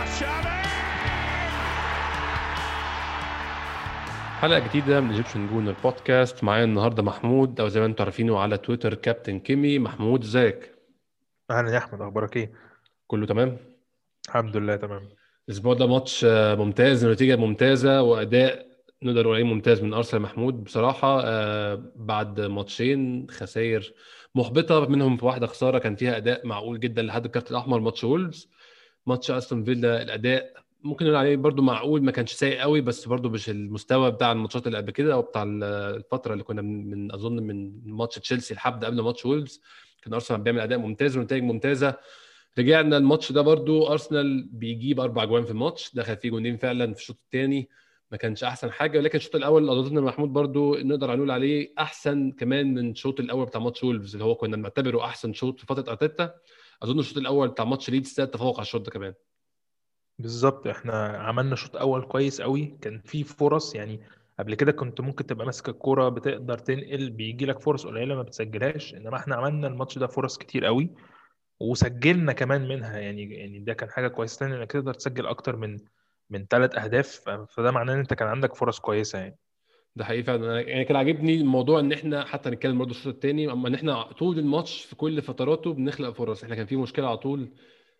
حلقة جديدة من ايجيبشن جون البودكاست. معايا النهاردة محمود، أو زي ما انتم عارفينه على تويتر كابتن كيمي. محمود ازيك؟ اهلا يا احمد، اخبارك ايه؟ كله تمام؟ الحمد لله تمام. الأسبوع ده ماتش ممتاز، نتيجة ممتازة وأداء نقدر نقول عليه ممتاز من أرسنال. محمود بصراحة بعد ماتشين خسائر محبطة، منهم في واحدة خسارة كان فيها أداء معقول جدا لحد الكارت الأحمر، ماتش وولفز. ماتش أستون فيلا الأداء ممكن نقول عليه برضو معقول، ما كانش سيء قوي بس برضو مش المستوى بتاع الماتشات اللي قبل كده او بتاع الفتره اللي كنا من اظن من ماتش تشيلسي لحد قبل ماتش وولفز. كان ارسنال بيعمل اداء ممتاز ونتائج ممتازه. رجعنا الماتش ده برضو ارسنال بيجيب 4 جوان في الماتش، دخل فيه جونين فعلا في الشوط الثاني. ما كانش احسن حاجه، ولكن الشوط الاول اظن محمود برضو نقدر نقول عليه احسن كمان من الشوط الاول بتاع ماتش وولفز اللي هو كنا بنعتبره احسن شوط في فتره ارتيتا. اظن الشوط الاول بتاع ماتش ليدز ده تفوق على الشوط ده كمان. بالظبط، احنا عملنا شوط اول كويس قوي، كان في فرص يعني. قبل كده كنت ممكن تبقى ماسك الكوره بتقدر تنقل، بيجي لك فرص قليله ما بتسجلهاش، انما احنا عملنا الماتش ده فرص كتير قوي وسجلنا كمان منها. يعني ده كان حاجه كويسه تاني، انك تقدر تسجل اكتر من 3 اهداف، فده معناه ان انت كان عندك فرص كويسه يعني. ده حقيقي فعلا. يعني كان عاجبني الموضوع ان احنا حتى نتكلم برضه الشوط الثاني، اما ان احنا طول الماتش في كل فتراته بنخلق فرص. احنا كان في مشكله على طول،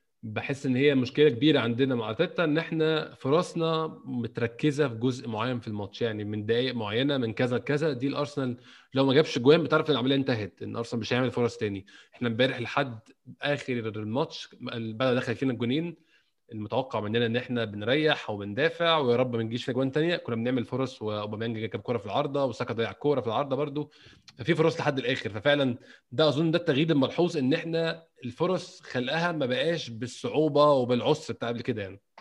بحس ان هي مشكله كبيره عندنا مع ارتيتا، ان احنا فرصنا متركزه في جزء معين في الماتش، يعني من دقائق معينه من كذا لكذا. دي الارسنال لو ما جابش جوان بتعرف ان العمليه انتهت، ان ارسنال مش هيعمل فرص تاني. احنا امبارح لحد اخر الماتش بعد دخل فينا الجونين، المتوقع مننا ان احنا بنريح وبندافع ويا رب ما نجيش في اجوان تانية، كنا بنعمل فرص واوباميانج جاب كوره في العارضه وساكا ضيع كوره في العارضه برده. ففي فرص لحد الاخر، ففعلا ده اظن ده التغيير الملحوظ، ان احنا الفرص خلقها ما بقاش بالصعوبه وبالعسر بتاع قبل كده يعني.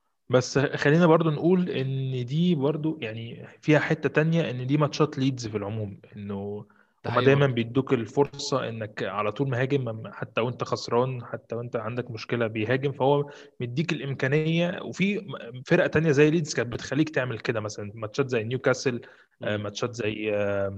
بس خلينا برضو نقول ان دي برضو يعني فيها حتة تانية، ان دي ماتشات ليدز في العموم، انه ده هما حقيقي دايما برضه. بيدوك الفرصة انك على طول مهاجم، حتى وانت خسران، حتى وانت عندك مشكلة بيهاجم، فهو مديك الامكانية. وفي فرق تانية زي ليدز كانت بتخليك تعمل كده، مثلا ماتشات زي نيوكاسل، مم. ماتشات زي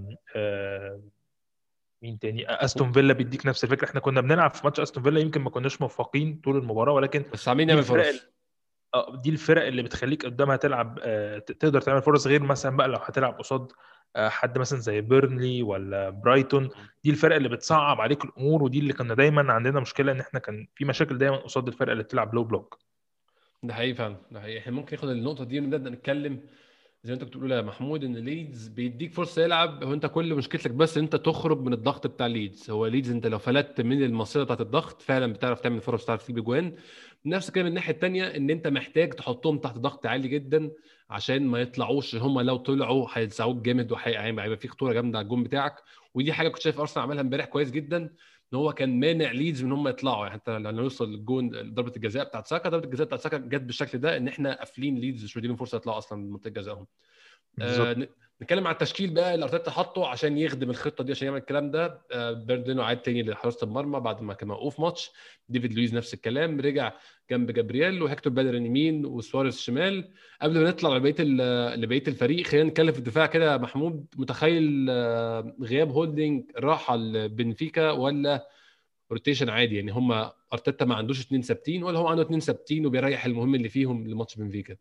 مين تاني، استون فيلا بيديك نفس الفكرة. احنا كنا بنلعب في ماتش استون فيلا، يمكن ما كناش موفقين طول المباراة، ولكن بس عاملين دي نعمل الفرق. فرص. دي الفرق اللي بتخليك قدامها تلعب، تقدر تعمل فرص، غير مثلا بقى لو هتلعب قصاد حد مثلا زي بيرنلي ولا برايتون. دي الفرق اللي بتصعب عليك الامور، ودي اللي كنا دايما عندنا مشكله، ان احنا كان في مشاكل دايما قصاد الفرق اللي بتلعب لو بلوك. ده حقيقي فعلا، ده حقيقي. احنا ممكن ناخد النقطه دي ونبدا نتكلم زي ما انت بتقول يا محمود، ان ليدز بيديك فرصه يلعب. هو انت كل مشكلتك بس ان انت تخرج من الضغط بتاع ليدز. هو ليدز انت لو فلتت من المصيده بتاعت الضغط فعلا بتعرف تعمل فرص، بتعرف تجيب اجوان. نفس الكلام من الناحيه الثانيه، ان انت محتاج تحطهم تحت ضغط عالي جدا عشان ما يطلعوش. هم لو طلعوا هيلسعوك جامد وهيبقى في خطوره جامده على الجون بتاعك. ودي حاجه كنت شايف ارسنال عملها امبارح كويس جدا، ان هو كان مانع ليدز من هم يطلعوا. يعني حتى لما نوصل للجون، ضربه الجزاء بتاعت ساكا، ضربه الجزاء بتاعت ساكا جت بالشكل ده، ان احنا قافلين ليدز مش مدينهم فرصه يطلعوا اصلا من منطقه جزائهم. بالظبط. نتكلم على التشكيل بقى اللي ارتيتا حطه عشان يخدم الخطه دي، عشان يعمل الكلام ده. بيردينو عاد تاني لحراسه المرمى بعد ما كان موقوف ماتش. ديفيد لويز نفس الكلام رجع جنب جابرييل، وهيكتور بيلرين يمين وسواريز شمال. قبل ما نطلع لبقيه الفريق، خلينا نتكلم في الدفاع كده يا محمود. متخيل غياب هولدنج راحه لبنفيكا ولا روتيشن عادي؟ يعني هم ارتيتا ما عندوش 2 ثابتين، ولا هو عنده 2 ثابتين وبيريح المهم اللي فيهم لماتش بنفيكا؟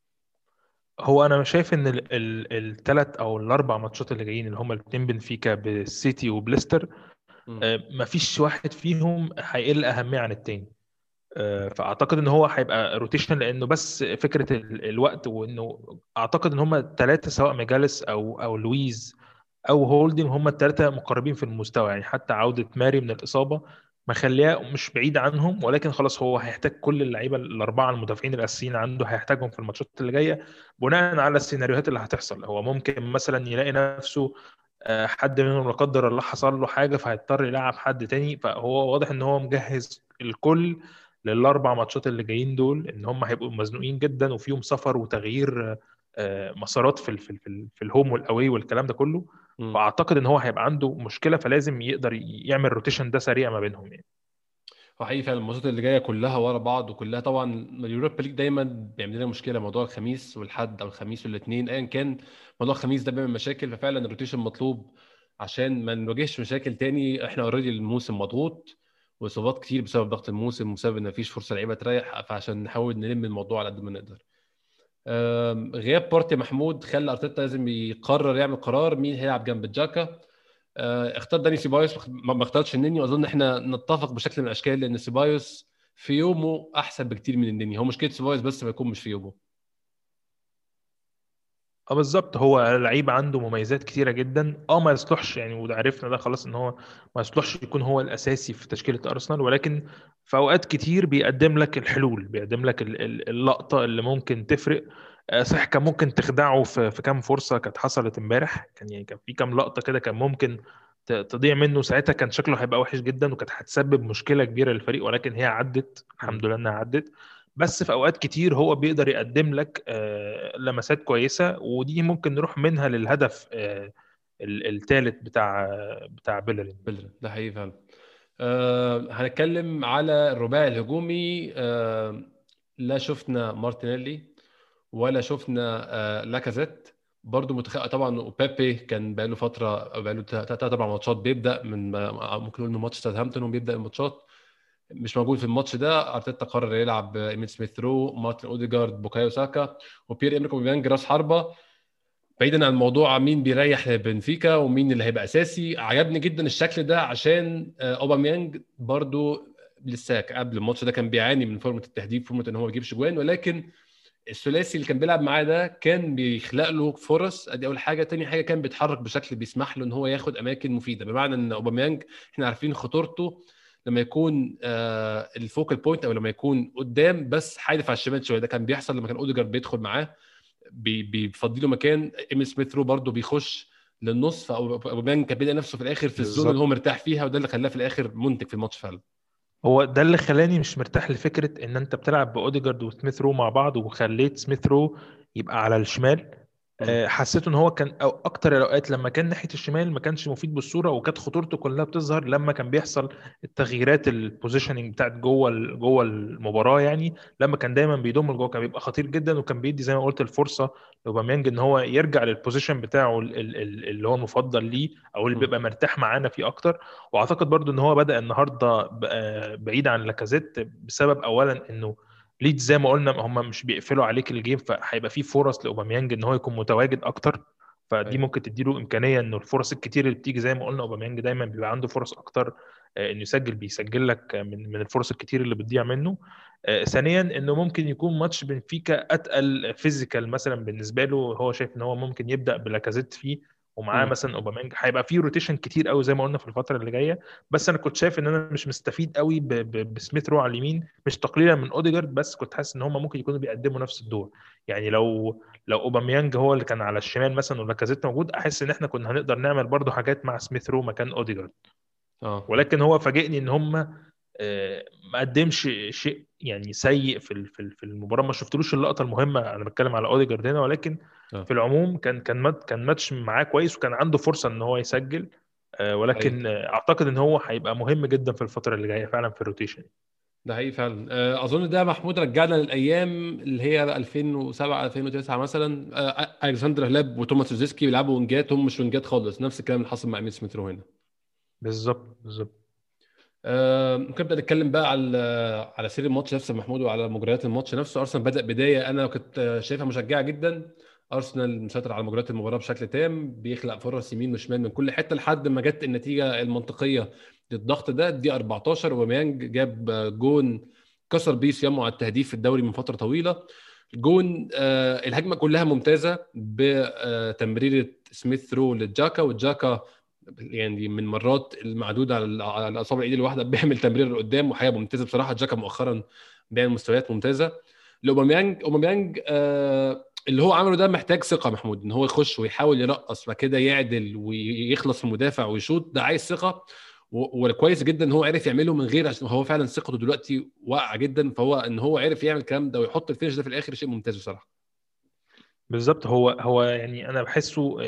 هو انا شايف ان الثلاث او الاربع ماتشات اللي جايين، اللي هم الاثنين بنفيكا بالسيتي وبليستر، مفيش واحد فيهم هيقل اهميه عن التاني. فاعتقد ان هو هيبقى روتيشن، لانه بس فكره الوقت، وانه اعتقد ان هم الثلاثه سواء ميجاليس او لويز او هولدنج، هم الثلاثه مقربين في المستوى يعني. حتى عوده ماري من الاصابه مخليها مش بعيد عنهم، ولكن خلاص هو هيحتاج كل اللعيبه الاربعه المدافعين الاساسيين عنده، هيحتاجهم في الماتشات اللي جايه بناء على السيناريوهات اللي هتحصل. هو ممكن مثلا يلاقي نفسه حد منهم لا قدر الله حصل له حاجه، فهيضطر يلعب حد تاني. فهو واضح ان هو مجهز الكل للاربع ماتشات اللي جايين دول، ان هم هيبقوا مزنوقين جدا وفيهم سفر وتغيير مسارات في الهوم والاواي والكلام ده كله. امم فاعتقد ان هو هيبقى عنده مشكله، فلازم يقدر يعمل روتيشن ده سريع ما بينهم يعني. هو حقيقي فعلا الماتشات اللي جايه كلها ورا بعض، وكلها طبعا اليوروبا ليج دايما بيعمل لنا مشكله، موضوع الخميس والحد او الخميس والاثنين ايا كان. موضوع الخميس ده بيعمل مشاكل، ففعلا الروتيشن مطلوب عشان ما نواجهش مشاكل تاني. احنا اوريدي الموسم مضغوط، واصابات كتير بسبب ضغط الموسم وبسبب ان مفيش فرصه لعيبه تريح، فعشان نحاول نلم الموضوع على قد ما نقدر. غياب بارتي محمود خلى ارتيتا لازم يقرر يعمل قرار مين هيلعب جنب جاكا. اختار داني سيبايوس، ما اختارش النني، واظن احنا نتفق بشكل من الاشكال لان سيبايوس في يومه احسن بكتير من النني. هو مشكله سيبايوس بس ما يكون مش في يومه. اه بالظبط، هو لعيب عنده مميزات كتيره جدا، ما يصلحش يعني، وده عرفنا ده خلاص ان هو ما يصلحش يكون هو الاساسي في تشكيله ارسنال، ولكن في اوقات كتير بيقدم لك الحلول، بيقدم لك اللقطه اللي ممكن تفرق. صح، كان ممكن تخدعه في كام فرصه كانت حصلت امبارح، كان يعني كان في كام لقطه كده كان ممكن تضيع منه، ساعتها كان شكله هيبقى وحش جدا وكانت هتسبب مشكله كبيره للفريق، ولكن هي عدت الحمد لله انها عدت. بس في اوقات كتير هو بيقدر يقدم لك لمسات كويسه، ودي ممكن نروح منها للهدف الثالث بتاع بيلرين. ده حقيقي فعلا. هنتكلم على الرباعي الهجومي. لا شفنا مارتينيلي ولا شفنا لاكازيت. برضو طبعا وبيبي كان بقاله فتره، بقاله 3 4 ماتشات بيبدا من ممكن نقول من ماتش ساوثهامبتون وبيبدا الماتشات. مش موجود في الماتش ده. ارتيتا قرر يلعب ايميل سميث رو، مارتن اوديجارد، بوكايو ساكا، وبيير امريك اوباميانج راس حربه. بعيدا عن الموضوع مين بيريح بنفيكا ومين اللي هيبقى اساسي، عجبني جدا الشكل ده عشان اوباميانج برضو لسه قبل الماتش ده كان بيعاني من فورمه التهديف، فورمه ان هو ما يجيبش جوان، ولكن الثلاثي اللي كان بيلعب معاه ده كان بيخلق له فرص. ادي اول حاجه. تاني حاجه كان بيتحرك بشكل بيسمح له ان هو ياخد اماكن مفيده، بمعنى ان اوباميانج احنا عارفين خطورته لما يكون الفوكال بوينت او لما يكون قدام بس حادف على الشمال شويه. ده كان بيحصل لما كان اوديجارد بيدخل معاه، بيفضي له مكان. ايميل سميث رو برده بيخش للنص، فاوباميانج كان بيلاقي نفسه في الاخر في الزون اللي هو بالظبط، مرتاح فيها، وده اللي خلاه في الاخر منتج في الماتش فعلا. هو ده اللي خلاني مش مرتاح لفكره ان انت بتلعب باوديجارد وسميث رو مع بعض، وخليت سميث رو يبقى على الشمال. امم. حسيت ان هو كان أو اكتر الاوقات لما كان ناحيه الشمال ما كانش مفيد بالصوره، وكانت خطورته كلها بتظهر لما كان بيحصل التغييرات البوزيشننج بتاعت جوه المباراه يعني. لما كان دايما بيضم لجوه كان بيبقى خطير جدا، وكان بيدي زي ما قلت الفرصه لاوباميانج ان هو يرجع للبوزيشن بتاعه اللي هو المفضل ليه، او اللي بيبقى مرتاح معانا فيه اكتر. واعتقد برضو ان هو بدأ النهارده بعيد عن لاكازيت، بسبب اولا انه ليدز زي ما قلنا هم مش بيقفلوا عليك الجيم، فهيبقى في فرص لاوباميانج ان هو يكون متواجد اكتر، فدي ايوه. ممكن تديله امكانيه انه الفرص الكتير اللي بتيجي زي ما قلنا اوباميانج دايما بيبقى عنده فرص اكتر انه يسجل، بيسجل لك من الفرص الكتير اللي بتضيع منه. ثانيا انه ممكن يكون ماتش بنفيكا اتقل فيزيكال مثلا بالنسبه له، هو شايف ان هو ممكن يبدا بلاكازيت فيه ومعاه امم. مثلا اوباميانج، هيبقى فيه روتيشن كتير قوي زي ما قلنا في الفتره اللي جايه. بس انا كنت شايف ان انا مش مستفيد قوي بسميث رو على اليمين، مش تقليلا من اوديجارد، بس كنت حاسس ان هم ممكن يكونوا بيقدموا نفس الدور. يعني لو اوباميانج هو اللي كان على الشمال مثلا ولاكازيت موجود، احس ان احنا كنا هنقدر نعمل برضو حاجات مع سميث رو مكان اوديجارد. اه. ولكن هو فاجئني ان هم ما قدمش شيء يعني سيء في المباراه، ما شفتلوش اللقطه المهمه، انا بتكلم على اوديجارد هنا، ولكن اه. في العموم كان ماتش معاه كويس، وكان عنده فرصه ان هو يسجل. حقيقي. ولكن اعتقد ان هو هيبقى مهم جدا في الفتره اللي جايه فعلا في الروتيشن. ده حقيقي فعلا. اظن ده محمود رجعنا للايام اللي هي 2007 2009 مثلا. الكسندر هلاب وتوماس روزيسكي بيلعبوا وينجات، هم مش وينجات خالص. نفس الكلام اللي حصل مع ايميل سميث رو هنا. بالظبط بالظبط. ممكن نبدا نتكلم بقى على سير الماتش نفسه يا محمود، وعلى مجريات الماتش نفسه. ارسنال بدا بدايه انا كنت شايفها مشجعه جدا. ارسنال مسيطر على مجريات المباراه بشكل تام، بيخلق فرص يمين وشمال من كل حته لحد ما جت النتيجه المنطقيه للضغط ده. دي 14 وميانج جاب جون كسر بيه صيامه على التهديف في الدوري من فتره طويله. جون الهجمه كلها ممتازه بتمريره سميث رو للجاكا، والجاكا يعني من مرات المعدوده على اصابع الايد الواحده بيعمل تمرير لقدام، وحاجه ممتازه بصراحه. جاكا مؤخرا بيعمل مستويات ممتازه. اوباميانج اللي هو عمله ده محتاج ثقه محمود، ان هو يخش ويحاول يرقص بعد كده يعدل ويخلص في المدافع ويشوط. ده عايز ثقه، وكويس جدا ان هو عرف يعمله من غير، عشان هو فعلا ثقته دلوقتي واقعه جدا. فهو ان هو عرف يعمل الكلام ده ويحط الفينش ده في الاخر شيء ممتاز بصراحه. بالظبط، هو يعني انا بحسه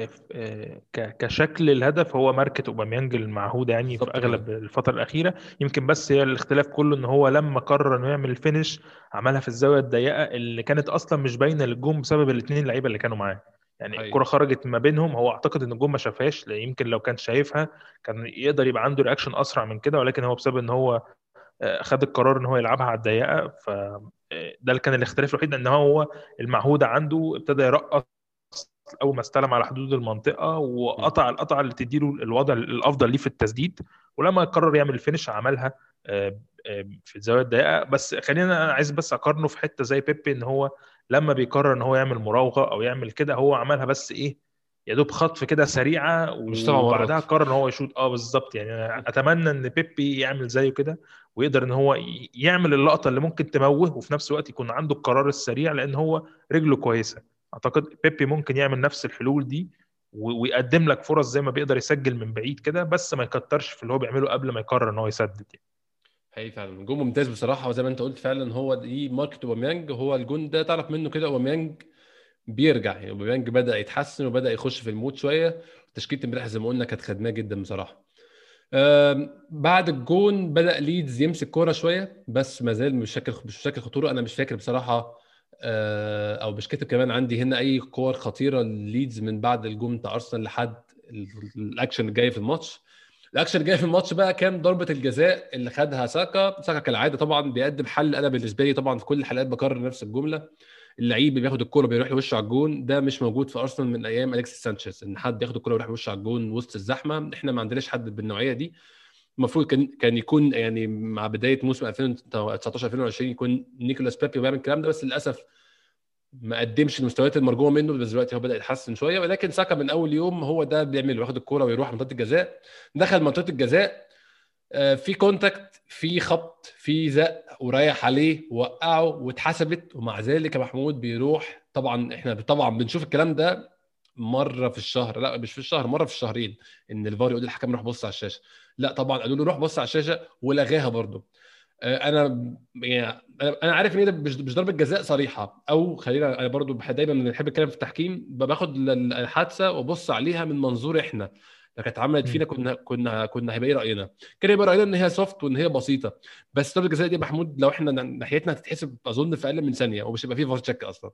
كشكل الهدف هو ماركة اوباميانج المعهوده يعني في بالظبط كده. اغلب الفتره الاخيره. يمكن بس هي الاختلاف كله ان هو لما قرر انه يعمل الفينش عملها في الزاويه الضيقه اللي كانت اصلا مش باينه للجون بسبب الاثنين لعيبه اللي كانوا معاه. يعني حقيقي. الكره خرجت ما بينهم، هو اعتقد ان الجون ما شافهاش، لان يمكن لو كان شايفها كان يقدر يبقى عنده رياكشن اسرع من كده، ولكن هو بسبب ان هو خد القرار ان هو يلعبها على الضيقه. ف ده اللي كان الاختلاف الوحيد، ان هو المعهود عنده ابتدى يرقص اول ما استلم على حدود المنطقه، مم. وقطع القطعه اللي تديله الوضع الافضل ليه في التسديد. ولما قرر يعمل الفينش عملها في الزاويه الضيقه. بس خلينا، انا عايز بس اقارنه في حته زي بيبي، ان هو لما بيقرر ان هو يعمل مراوغه او يعمل كده، هو عملها بس ايه، يا دوب خطف كده سريعه، مش 7 مرات. وبعدها قرر ان هو يشوط. بالظبط يعني. انا اتمنى ان بيبي يعمل زيه كده، ويقدر ان هو يعمل اللقطه اللي ممكن تموه، وفي نفس الوقت يكون عنده القرار السريع، لان هو رجله كويسه. اعتقد بيبي ممكن يعمل نفس الحلول دي، ويقدم لك فرص زي ما بيقدر يسجل من بعيد كده، بس ما يكترش في اللي هو بيعمله قبل ما يقرر ان هو يسدد يعني. حقيقي فعلا جون ممتاز بصراحه، وزي ما انت قلت فعلا هو دي ماركت اوباميانج. هو الجون ده تعرف منه كده اوباميانج بيرجع، يعني اوباميانج بدا يتحسن وبدا يخش في المود شويه. تشكيله امبارح زي ما قلنا كانت خدماه جدا بصراحه. بعد الجون بدا ليدز يمسك كوره شويه، بس ما زال مش بشكل خطوره. انا مش فاكر بصراحه او مش كاتب كمان عندي هنا اي كور خطيره لليدز من بعد الجون بتاع ارسنال لحد الاكشن الجاي في الماتش. الاكشن الجاي في الماتش بقى كان ضربه الجزاء اللي خدها ساكا. ساكا كالعاده طبعا بيقدم حل، انا بالنسبه لي طبعا في كل الحلقات بكرر نفس الجمله: اللعيب اللي بياخد الكرة بيروح يوش على الجون ده مش موجود في ارسنال من ايام اليكسيس سانشيز، ان حد ياخد الكرة ويروح يوش على الجون وسط الزحمه. احنا ما عندناش حد بالنوعيه دي. المفروض كان يكون يعني مع بدايه موسم 2019 2020 يكون نيكولاس بيبي بيعمل الكلام ده، بس للاسف ما قدمش المستويات المرجوه منه. بس دلوقتي هو بدا يتحسن شويه، ولكن ساكا من اول يوم هو ده بيعمل، ياخد الكرة ويروح منطقه الجزاء. دخل منطقه الجزاء، في كونتاكت، في خبط، في زق، ورايح عليه وقعه واتحسبت، ومع ذلك يا محمود بيروح. طبعا احنا طبعا بنشوف الكلام ده مره في الشهر، لا مش في الشهر، مره في الشهرين، ان الفار يقول للحكم روح بص على الشاشه. لا طبعا قالوا له روح بص على الشاشه ولغاها برضه. انا يعني انا عارف ان ده مش ضربه جزاء صريحه، او خلينا، انا برضو دايما بنحب الكلام في التحكيم، باخد الحادثه وابص عليها من منظور احنا. لو كانت عملت فينا مم. كنا هيبقى ايه راينا؟ كان يبقى راينا ان هي سوفت وان هي بسيطه. بس ضربه الجزاء دي يا محمود لو احنا ناحيتنا هتتحسب اظن في اقل من ثانيه، ومش هيبقى فيه فار تشيك اصلا.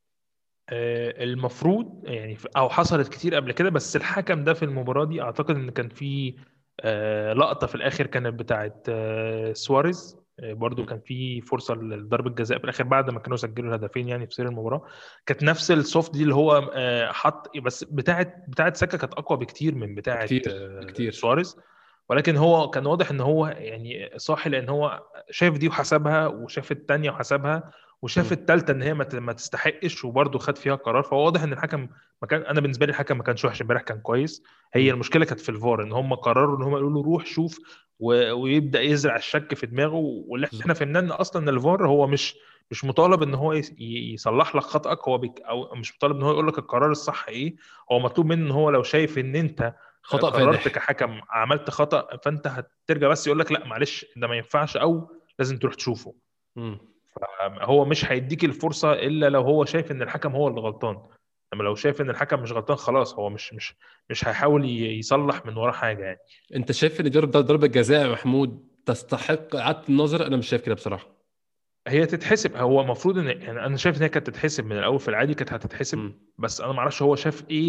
المفروض يعني، او حصلت كتير قبل كده، بس الحكم ده في المباراة دي اعتقد ان كان في لقطة في الاخر كانت بتاعت سواريز. برضو م. كان في فرصة لضربة جزاء في الاخر بعد ما كانوا سجلوا الهدفين يعني في سير المباراة. كانت نفس السوفت دي اللي هو حط، بس بتاعت ساكا كانت اقوى بكتير من بتاعت بكتير بكتير. سواريز. ولكن هو كان واضح ان هو يعني صاحي، لان هو شاف دي وحسبها، وشاف التانية وحسبها، وشاف م. الثالثه ان هي ما تستحقش، وبرضه خد فيها قرار. فهو واضح ان الحكم ما كان، انا بالنسبه لي الحكم ما كانش وحش امبارح، كان كويس. هي م. المشكله كانت في الفار، ان هم قرروا ان هم يقولوا له روح شوف، ويبدا يزرع الشك في دماغه. واللي احنا بالظبط. فهمناه ان اصلا الفار هو مش مطالب ان هو يصلح لك خطأك، هو او مش مطالب ان هو يقول لك القرار الصح ايه. هو مطلوب منه ان هو لو شايف ان انت خطأ قررت فادح. كحكم عملت خطأ، فانت هترجع بس يقول لك لا معلش ده ما ينفعش، او لازم تروح تشوفه. م. هو مش هيديك الفرصة إلا لو هو شايف إن الحكم هو اللي غلطان. لما لو شايف إن الحكم مش غلطان، خلاص هو مش هيحاول يصلح من ورا حاجة يعني. انت شايف ان ضربه جزاء يا محمود تستحق اعاده النظر؟ انا مش شايف كده بصراحه. هي تتحسب، هو المفروض ان يعني انا شايف ان هي كانت تتحسب من الاول، في العادي كانت هتتحسب. م. بس انا ما اعرفش هو شاف ايه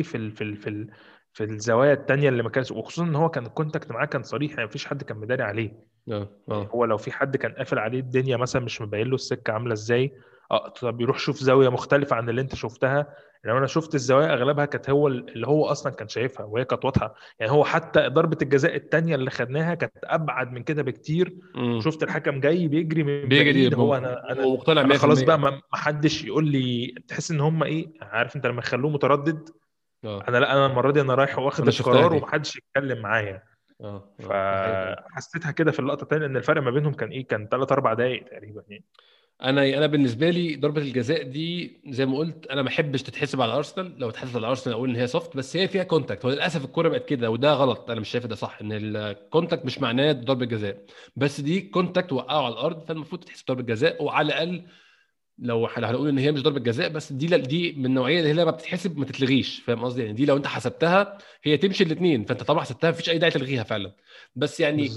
في الزوايا التانية اللي ما كانش، وخصوصا ان هو كان الكونتاكت معاه كان صريح، يعني مفيش حد كان مداري عليه. اه يعني اه. هو لو في حد كان قافل عليه الدنيا مثلا، مش مبين له السكه عامله ازاي، اه طب يروح شوف زاويه مختلفه عن اللي انت شفتها. لما انا شفت الزوايا اغلبها كانت هو اللي هو اصلا كان شايفها، وهي كانت واضحه. يعني هو حتى ضربه الجزاء الثانيه اللي خدناها كانت ابعد من كده بكتير. امم. وشفت الحكم جاي بيجري من بيجري بعيد، هو انا ومقتنع انا خلاص بقى 100%. ما حدش يقول لي. تحس ان هم ايه، عارف انت لما يخلوه متردد. اه انا لا، انا المره دي انا رايح واخد انا شفتها القرار دي. ومحدش يتكلم معايا. اه اه ده حقيقي فعلا. فحسيتها كده في اللقطه الثانيه، ان الفرق ما بينهم كان ايه، كان 3 4 دقائق تقريبا يعني. انا بالنسبه لي ضربه الجزاء دي زي ما قلت انا ما احبش تتحسب على ارسنال. لو اتحسبت على ارسنال اقول ان هي سوفت، بس هي فيها كونتاكت. هو للاسف الكوره بقت كده وده غلط، انا مش شايف ده صح ان الكونتاكت مش معناه ضربه جزاء. بس دي كونتاكت وقعه على الارض، فالمفروض تتحسب ضربه جزاء. وعلى الاقل لو هنقول ان هي مش ضربه جزاء، بس دي من النوعيه اللي هي لما بتتحسب ما تتلغيش. فاهم قصدي؟ يعني دي لو انت حسبتها هي تمشي الاثنين، فانت طبعا حسبتها مفيش اي داعي تلغيها فعلا. بس يعني بالظبط.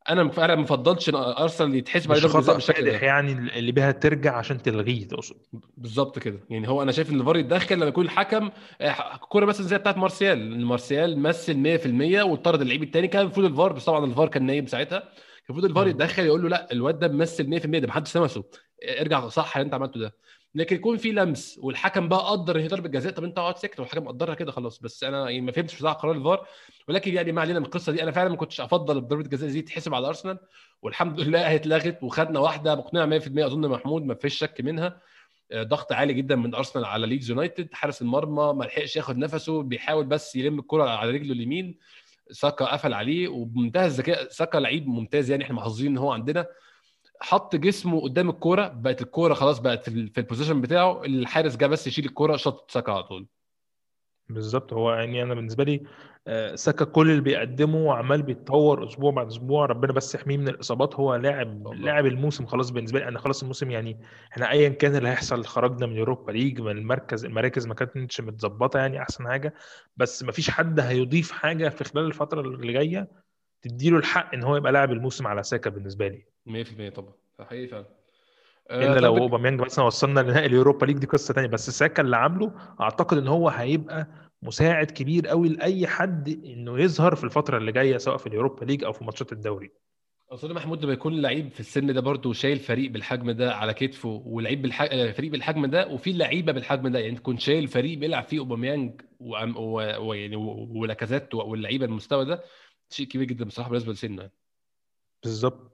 انا ما بفضلش ان ارسنال يتحسب عليه مش ضربه جزاء خطأ بالشكل فادح ده. يعني اللي بيها ترجع عشان تلغيه تقصد؟ بالظبط كده يعني. هو انا شايف ان الفار يتدخل لما يكون الحكم كوره مثلا زي بتاعت مارسيال، ان مارسيال مثل 100% وطرد اللعيب الثاني، كان المفروض الفار، بس طبعا الفار كان نايم ساعتها، كان المفروض الفار مم. يتدخل يقول له لا الواد ده ممثل 100%، ده محدش لمسه، ارجع صح اللي انت عملته ده. لكن يكون في لمس والحكم بقى قدر ان هي ضربه جزاء، طب انت اقعد سكت والحكم قدرها كده خلاص. بس انا يعني ما فهمتش بصراحه قرار الفار، ولكن يعني ما علينا من القصه دي. انا فعلا ما كنتش افضل ضربه الجزاء دي تحسب على ارسنال، والحمد لله هي اتلغت وخدنا واحده مقنعه 100%، اظن محمود ما فيش شك منها. ضغط عالي جدا من ارسنال على ليدز يونايتد، حارس المرمى ما لحقش ياخد نفسه، بيحاول بس يلم الكره على رجله اليمين، ساكا قفل عليه وبمنتهى الذكاء. ساكا لعيب ممتاز يعني، احنا محظوظين ان هو عندنا، حط جسمه قدام الكوره، بقت الكوره خلاص بقت في البوزيشن بتاعه، الحارس جه بس يشيل الكوره شاط ساكا على طول. بالظبط. هو يعني انا بالنسبه لي ساكا كل اللي بيقدمه وعمال بيتطور اسبوع بعد اسبوع، ربنا بس يحميه من الاصابات. هو الله. لاعب الموسم خلاص بالنسبه لي. انا خلاص الموسم يعني احنا ايا كان اللي هيحصل، خرجنا من اوروبا ليج، من المراكز ما كانتش متظبطه يعني احسن حاجه، بس ما فيش حد هيضيف حاجه في خلال الفتره اللي جايه تديله الحق ان هو يبقى لاعب الموسم على ساكا بالنسبه لي. 100% طبعا، ده حقيقي فعلا. الا لو طب اوباميانج مثلا وصلنا لنهائي اليوروبا ليج، دي قصه تانية، بس ساكا اللي عامله اعتقد ان هو هيبقى مساعد كبير قوي لاي حد انه يظهر في الفتره اللي جايه، سواء في اليوروبا ليج او في ماتشات الدوري. اظن محمود لما يكون لعيب في السن ده برضه شايل فريق بالحجم ده على كتفه، ولعيب فريق بالحجم ده، وفي لعيبه بالحجم ده، يعني تكون شايل فريق بيلعب فيه اوباميانج ويعني ولاكازيت واللعيبه المستوى ده، شيء كبير جدا بصراحه بالنسبه لسنه. بالظبط.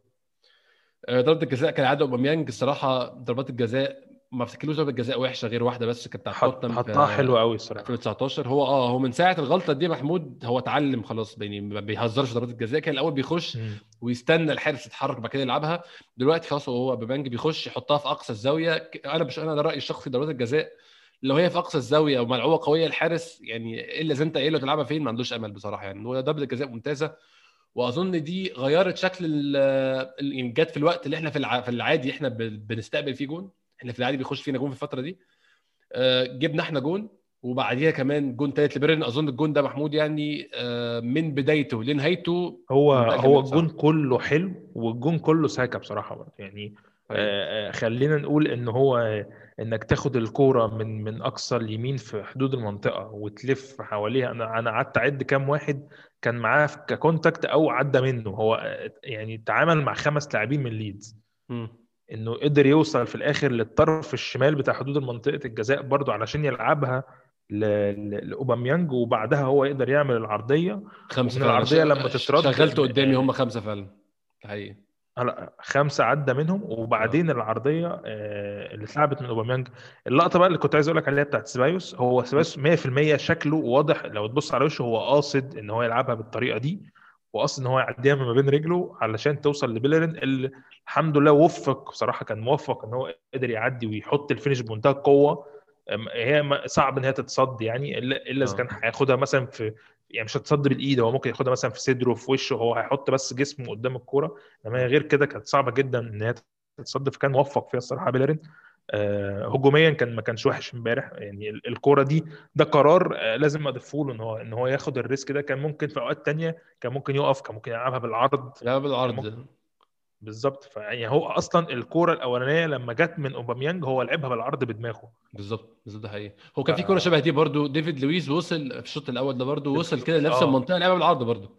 ضربه الجزاء كالعاده اوباميانج الصراحه، ضربات الجزاء ما افتكرلوش ضربه جزاء وحشه غير واحده بس، كانت بتاعت توتنهام في حطها حلو قوي الصراحه. 2019. هو من ساعه الغلطه دي محمود هو اتعلم خلاص، يعني ما بيهزرش ضربات الجزاء. كان الاول بيخش مم. ويستنى الحارس يتحرك بعد كده يلعبها، دلوقتي خلاص هو ببانج بيخش يحطها في اقصى الزاويه. انا مش، انا ده رايي الشخصي، ضربات الجزاء لو هي في اقصى الزاويه وملعوبه قويه الحارس يعني الا اذا انت قايل له تلعبها فين ما عندوش امل بصراحه يعني. هو ضربه الجزاء ممتازه، واظن دي غيرت شكل يعني جت في الوقت اللي احنا في العادي احنا بنستقبل فيه جون. احنا في العادي بيخش فينا جون في الفتره دي، جبنا احنا جون وبعديها كمان جون تالت لبيرن. اظن الجون ده محمود يعني من بدايته لنهايته اداء هو جميل الجون بصراحه. كله حلو، والجون كله ساكا بصراحه برضه يعني. طيب. خلينا نقول ان هو انك تاخد الكوره من اقصى اليمين في حدود المنطقه وتلف حواليها. انا قعدت اعد كام واحد كان معاه ككونتاكت او عدى منه. هو يعني تعامل مع 5 لاعبين من ليدز، مم. انه قدر يوصل في الاخر للطرف الشمال بتاع حدود منطقه الجزاء برضه علشان يلعبها لاوباميانج، وبعدها هو يقدر يعمل العرضيه. خمسه ومن فعلا، العرضيه لما تترد شغلت قدامي هم خمسه فعلا. ده حقيقي. هلا 5 عدى منهم، اه. وبعدين العرضيه اللي اتلعبت من اوباميانج. اللقطه بقى اللي كنت عايز اقول لك عليها بتاعت سيبايوس، هو سيبايوس 100% شكله واضح لو تبص على وشه هو قاصد ان هو يلعبها بالطريقه دي، وقاصد ان هو يعديها من ما بين رجله علشان توصل لبيلرين، اللي الحمد لله وفق بصراحه، كان موفق ان هو قدر يعدي ويحط الفينش بمنتهى القوه. هي صعب ان هي تتصد يعني، الا اذا اه. كان هياخدها مثلا في، يعني مش هتصد بالايد، هو ممكن ياخدها مثلا في صدره في وشه، هو هيحط بس جسمه قدام الكوره. انما هي اه. غير كده كانت صعبه جدا ان هي تتصد، فكان موفق فيها الصراحه بيلرين. هجوميا كان ما كانش وحش امبارح يعني. الكوره دي ده قرار لازم اضيفه له، ان هو ياخد الريسك ده. كان ممكن في اوقات تانية كان ممكن يقف، كان ممكن يلعبها بالعرض، لا كان ممكن. بالعرض. بالظبط. فيعني هو اصلا الكوره الاولانيه لما جت من اوباميانج هو لعبها بالعرض بدماغه. بالظبط بالظبط، ده حقيقي. هو ف كان في كوره شبه دي برضو، ديفيد لويس وصل في الشوط الاول ده برضو، وصل كده لنفس المنطقه لعبها بالعرض برضو.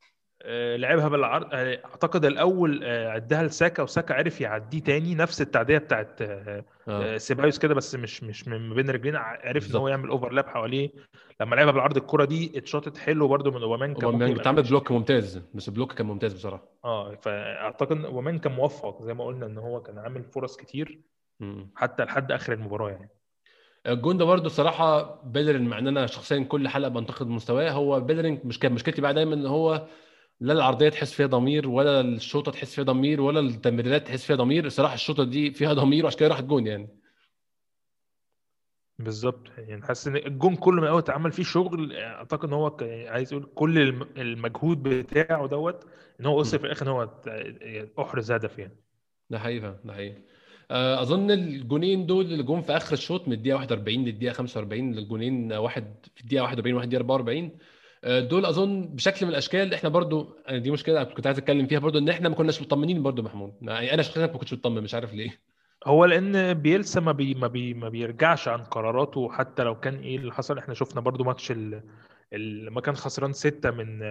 لعبها بالعرض. اعتقد الاول عدها لساكا، وساكا عرف يعديه تاني نفس التعديه بتاعت اه. سيبايوس كده، بس مش من بين رجلين، عرف ان هو بالظبط. يعمل اوفرلاب حواليه. لما لعبها بالعرض الكره دي اتشاطت حلو برده من اوبامان، كان ممكن اوباميانج يبقى بتعمل الفينش بلوك فيها. ممتاز، بس البلوك كان ممتاز بصراحه. فاعتقد ان اوبامان كان موفق زي ما قلنا، ان هو كان عامل فرص كتير مم. حتى لحد اخر المباراه يعني. الجون ده برضو الصراحه بيلرين، مع ان انا شخصيا كل حلقه بنتقد مستواه، هو بيلرين مش كان مشكلتي بقى دايما ان هو لا العرضيه تحس فيها ضمير، ولا الشوطه تحس فيها ضمير، ولا التمريرات تحس فيها ضمير. الصراحه الشوطه دي فيها ضمير وعشان كده راحت جون يعني. بالظبط. يعني حاسس ان الجون كله من اول اتعمل فيه شغل. اعتقد ان هو عايز يقول كل المجهود بتاعه دوت، ان هو وصل مم. في الاخر ان هو احرز هدف يعني. ده حقيقي فعلا، ده حقيقي. اظن الجونين دول اللي جم في اخر الشوط من الدقيقه 41 للدقيقه 45، الجونين واحد في الدقيقه 41 وواحد الدقيقه 44، دول اظن بشكل من الاشكال. احنا برضو دي مشكله أنا كنت عايز اتكلم فيها برضو، ان احنا ما كناش مطمنين برضو محمود، يعني انا شخصيا ما كنتش مطمن مش عارف ليه. هو لان بيلسا ما بيرجعش عن قراراته، حتى لو كان ايه اللي حصل. احنا شفنا برضو ماتش لما كان خسران 6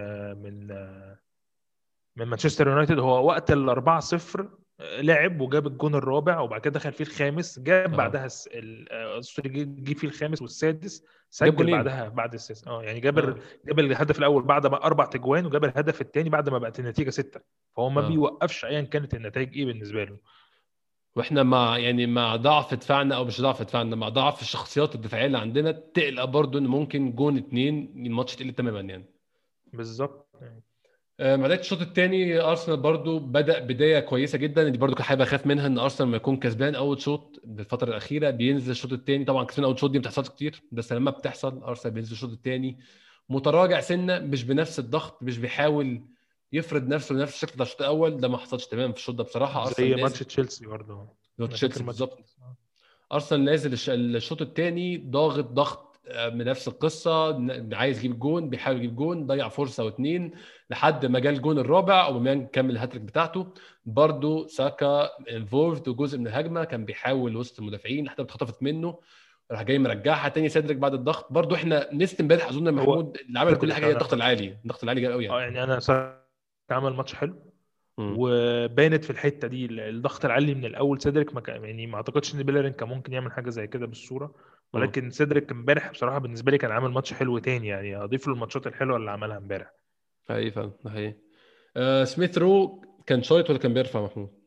من مانشستر يونايتد، هو وقت ال4-0 لعب وجاب الجون الرابع، وبعد كده دخل فيه الخامس، جاب اه بعدها سوري، جه فيه الخامس والسادس، جاب سجل جونين. بعدها بعد السادس. يعني جاب اه جاب الهدف الاول بعد ما 4 تجوان، وجاب الهدف الثاني بعد ما بقت النتيجه 6. فهو ما اه. بيوقفش ايا كانت النتائج ايه بالنسبه له. واحنا مع يعني مع ضعف دفاعنا، او مش ضعف دفاعنا، مع ضعف الشخصيات الدفاعيه اللي عندنا، تقلق برضو ان ممكن جون اتنين الماتش تقلب تماما يعني. بالظبط يعني. بدايه الشوط الثاني ارسنال برضو بدا بدايه كويسه جدا، دي برضو كان حابب اخاف منها، ان ارسنال لما يكون كسبان اول شوط بالفتره الاخيره بينزل الشوط الثاني. طبعا كسبان اول شوط دي ما بتحصلش كتير، بس لما بتحصل ارسنال بينزل الشوط الثاني متراجع سنه، مش بنفس الضغط، مش بيحاول يفرض نفسه بنفس الشكل بتاع الشوط الاول. ده ما حصلش تمام في الشوط ده بصراحه. ارسنال زي نازل ماتش تشيلسي برضه. لو انا فاكر تشيلسي ماتش بالظبط. تشيلسي. ارسنال نازل الشوط الثاني ضاغط ضغط من نفس القصه، عايز يجيب جون، بيحاول يجيب جون، ضيع فرصه واتنين لحد ما جال الجون الرابع، وبمان كمل الهاتريك بتاعته. برضو ساكا انفولفد وجزء من الهجمه، كان بيحاول وسط المدافعين لحد ما اتخطفت منه، راح جاي مرجعها تاني سيدريك بعد الضغط. برضو احنا نست امبارح اظن يا هو محمود اللي عمل كل حاجه سيدريك، هي انا الضغط العالي، الضغط العالي جاب قوي يعني. يعني انا سيدريك عمل ماتش حلو، امم. وبانت في الحته دي الضغط العالي من الاول. سيدريك ما كان يعني ما اعتقدش ان بيلرين كان ممكن يعمل حاجه زي كده بالصوره، امم. ولكن سيدريك امبارح بصراحه بالنسبه لي كان عامل ماتش حلو تاني، يعني اضيف له الماتشات الحلوه اللي عملها امبارح. حقيقي فعلا، ده حقيقي. سميث رو كان شايط ولا كان بيرفع محمود؟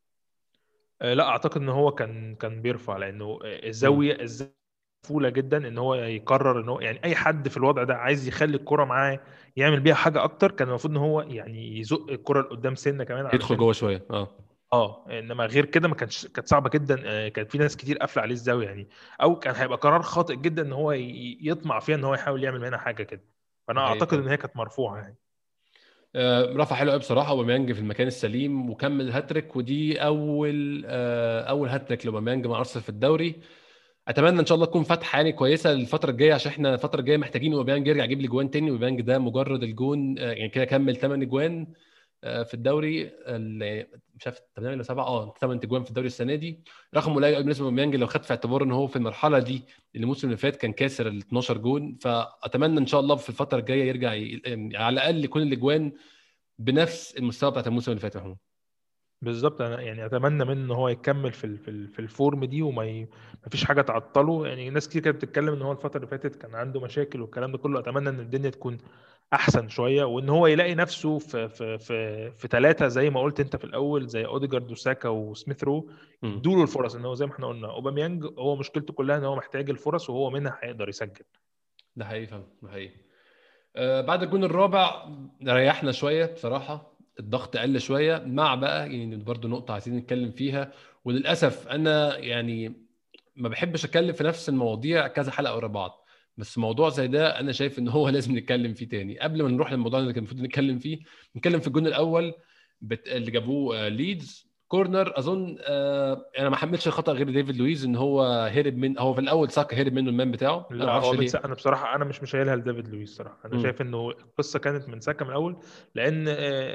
لا اعتقد ان هو كان بيرفع، لانه امم. الزاويه مقفوله جدا، ان هو يقرر ان هو يعني اي حد في الوضع ده عايز يخلي الكره معاه يعمل بيها حاجه اكتر، كان المفروض ان هو يعني يزق الكره لقدام سنه كمان يدخل علشان جوه شويه اه. انما غير كده ما كانت صعبه جدا. كانت في ناس كتير قافله عليه الزاويه يعني، او كان هيبقى قرار خاطئ جدا ان هو يطمع فيها ان هو يحاول يعمل منها حاجه كده. ده فانا حقيقي اعتقد فعلا. ان هي كانت مرفوعه يعني. رفع حلو قوي بصراحه، اوباميانج في المكان السليم وكمل الهاتريك، ودي اول هاتريك لاوباميانج مع ارسنال في الدوري. اتمنى ان شاء الله تكون فتحه يعني كويسه الفتره الجايه، عشان احنا الفتره الجايه محتاجين اوباميانج يرجع يجيب لي جوان تاني. اوباميانج ده مجرد الجون يعني كده كمل 8 جوان في الدوري مش عارف 8 ولا 7، 8 جوان في الدوري السنه دي. رقم قليل قوي بالنسبه لاوباميانج لو خدت في اعتبار ان هو في المرحله دي الموسم اللي فات كان كاسر ال 12 جون. فاتمنى ان شاء الله في الفتره الجايه يرجع يعني على الاقل يكون الاجوان بنفس المستوى بتاعت الموسم اللي فات يا محمود. بالظبط، انا يعني اتمنى منه ان هو يكمل في الفورم دي، ما فيش حاجه تعطله. يعني ناس كتير كانت بتتكلم ان هو الفتره اللي فاتت كان عنده مشاكل والكلام ده كله. اتمنى ان الدنيا تكون احسن شويه، وان هو يلاقي نفسه في 3 زي ما قلت انت في الاول، زي اوديجارد وساكا وسميث رو، مم. يدوا له الفرص. ان هو زي ما احنا قلنا اوباميانج هو مشكلته كلها ان هو محتاج الفرص، وهو منها هيقدر يسجل. ده حقيقي فعلا، ده حقيقي. بعد الجون الرابع ريحنا شويه بصراحه، الضغط قل شويه، مع بقى يعني برضو نقطه عايزين نتكلم فيها. وللاسف انا يعني ما بحبش اتكلم في نفس المواضيع كذا حلقه ورا بعض، بس موضوع زي ده انا شايف ان هو لازم نتكلم فيه تاني. قبل ما نروح للموضوع اللي كان المفروض نتكلم فيه، نتكلم في الجون الاول اللي جابوه ليدز كورنر. اظن انا ما حملتش الخطا غير ديفيد لويز، ان هو هرب من، هو في الاول ساكا هرب منه المان بتاعه، انا ما لا اعرفش هو ليه. انا بصراحه انا مش شايلها لدافيد لويس صراحه. انا امم. شايف انه القصه كانت من ساكا من الاول، لان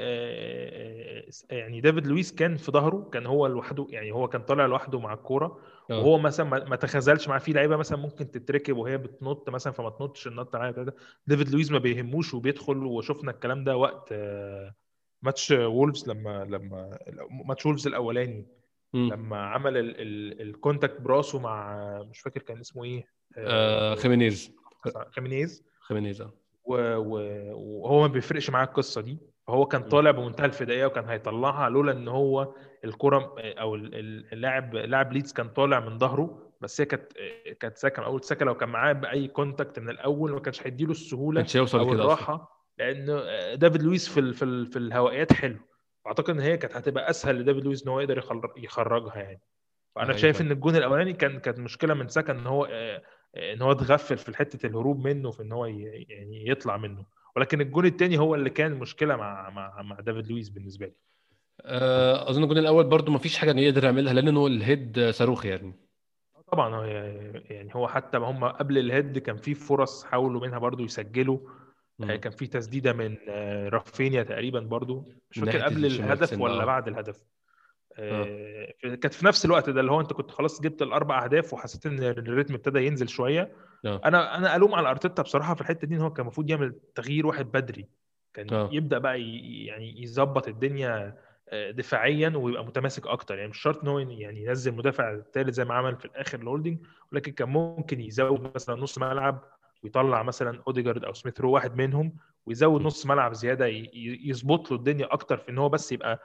يعني دافيد لويس كان في ظهره، كان هو لوحده، يعني هو كان طالع لوحده مع الكوره، اه وهو مثلا ما تخاذلش معاه. في لعيبه مثلا ممكن تتركب وهي بتنط مثلا، فما تنطش النط عالي كده. دافيد لويس ما بيهموش وبيدخل، وشفنا الكلام ده وقت ماتش وولفز، لما ماتش وولفز الاولاني، لما عمل الكونتاكت براسه مع مش فاكر كان اسمه ايه، خيمينيز. خيمينيز. خيمينيز وهو ما بيفرقش معاه القصه دي، فهو كان مم. طالع بمنتهى الفدائيه وكان هيطلعها، لولا ان هو الكره او لاعب ليدز كان طالع من ظهره. بس هي كانت ساكا اول ساكا، لو كان معاه باي كونتاكت من الاول ما كانش هيديله السهوله كانش يوصل او كده اصلا. الراحه، لان دافيد لويس في الهوائيات حلو. اعتقد ان هي كانت هتبقى اسهل لدافيد لويس ان هو يقدر يخرجها يعني. ده فانا حقيقي شايف فعلا. ان الجون الاولاني كانت مشكله من ساكا، ان هو ان هو اتغفل في حته الهروب منه، في ان هو يعني يطلع منه. ولكن الجون الثاني هو اللي كان مشكله مع دافيد لويس بالنسبه لي. اظن الجون الاول برضو ما فيش حاجه ان يقدر يعملها، لانه الهيد صاروخ يعني. طبعا هو يعني هو حتى هم قبل الهيد كان في فرص حاولوا منها برضو يسجلوا، كان في تسديده من رافينيا تقريبا برضو، مش من فاكر ناحيه قبل الشمال الهدف سنه. ولا اه. بعد الهدف. اه. كانت في نفس الوقت ده اللي هو انت كنت خلاص جبت الاربع اهداف وحسيت ان الريتم ابتدى ينزل شويه. اه. انا الوم على ارتيتا بصراحه في الحته دي، ان هو كان المفروض يعمل تغيير واحد بدري، كان اه. يبدا بقى يعني يظبط الدنيا دفاعيا ويبقى متماسك اكتر. يعني مش شرط ان هو يعني ينزل مدافع ثالث زي ما عمل في الاخر الهولدنج، ولكن كان ممكن يزود مثلا نص ملعب ويطلع مثلا اوديجارد او سميث رو واحد منهم، ويزود م. نص ملعب زياده يظبط له الدنيا اكتر في ان هو بس يبقى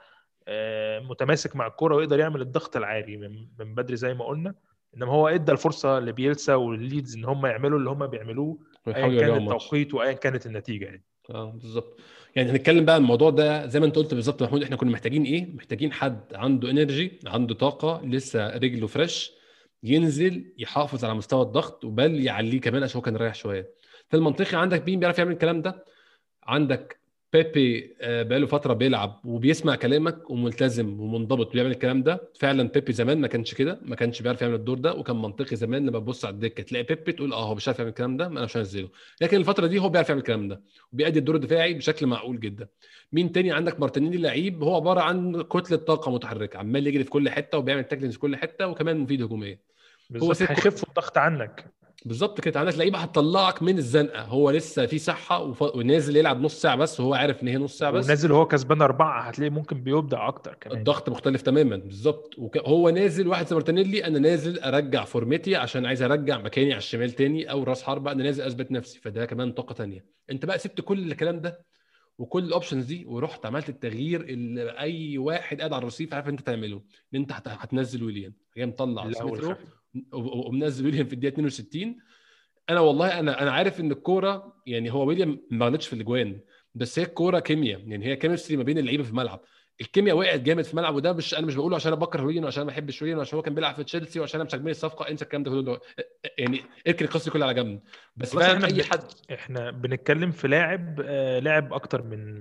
متماسك مع الكرة ويقدر يعمل الضغط العالي من بدري زي ما قلنا. انما هو ادى الفرصه لبيلسا والليدز ان هم يعملوا اللي هم بيعملوه ايا ويحاول كان يرجعوا الماتش. التوقيت وايا كانت النتيجه يعني. اه بالظبط. يعني هنتكلم بقى عن الموضوع ده زي ما انت قلت بالظبط يا محمود، احنا كنا محتاجين ايه؟ محتاجين حد عنده انرجي، عنده طاقه، لسه رجله فريش، ينزل يحافظ على مستوى الضغط وبل يعليه كمان عشان هو كان رايح شويه. في المنطقي عندك مين بيعرف يعمل الكلام ده؟ عندك بيبي بقاله فتره بيلعب وبيسمع كلامك وملتزم ومنضبط وبيعمل الكلام ده. فعلا بيبي زمان ما كانش كده، ما كانش بيعرف يعمل الدور ده، وكان منطقي زمان لما تبص على الدكه تلاقي بيبي تقول اه هو مش عارف يعمل الكلام ده، ما انا مش هنزله. لكن الفتره دي هو بيعرف يعمل الكلام ده وبيأدي الدور الدفاعي بشكل معقول جدا. مين تاني؟ عندك مارتينيلي، لعيب هو عباره عن كتله طاقه متحركه، عمال يجري في كل حته وبيعمل تاكلينز في كل حته وكمان مفيد هجوميا. هو بالظبط، سيب هيخفوا الضغط عنك. بالظبط كده، عندك لعيبه هتطلعك من الزنقه، هو لسه في صحه ونازل يلعب نص ساعه بس وهو عارف ان هي نص ساعه بس. ونازل وهو كسبان أربعة، هتلاقيه ممكن بيبدع أكتر كمان يعني. الضغط مختلف تماما بالظبط، هو نازل واحد زي مارتينيلي، انا نازل ارجع فورمتي عشان عايز ارجع مكاني على الشمال تاني، او راس حربه انا نازل اثبت نفسي، فده كمان طاقه تانيه. انت بقى سبت كل الكلام ده وكل الاوبشنز دي ورحت عملت التغيير اللي اي واحد قاعد على الرصيف عارف انت تعمله، ان انت هتنزل ويليام، جاي مطلع اللهو سميث رو الخفيف. ومنزل ويليام في الدقيقه 62. انا والله انا عارف ان الكوره يعني هو ويليام ما غلطش في الاجوان، بس هي الكوره كيمياء، يعني هي كيمستري ما بين اللعيبه في الملعب. الكيمياء وقعت جامد في الملعب، وده مش انا مش بقوله عشان انا بكره ويليام وعشان انا ما بحبش ويليام وعشان هو كان بيلعب في تشيلسي وعشان انا مش عاجبني الصفقه، انسى الكلام ده كله. يعني اركن القصه كلها على جنب، بس خلاص، فعلا اي حد. احنا بنتكلم في لاعب لاعب اكتر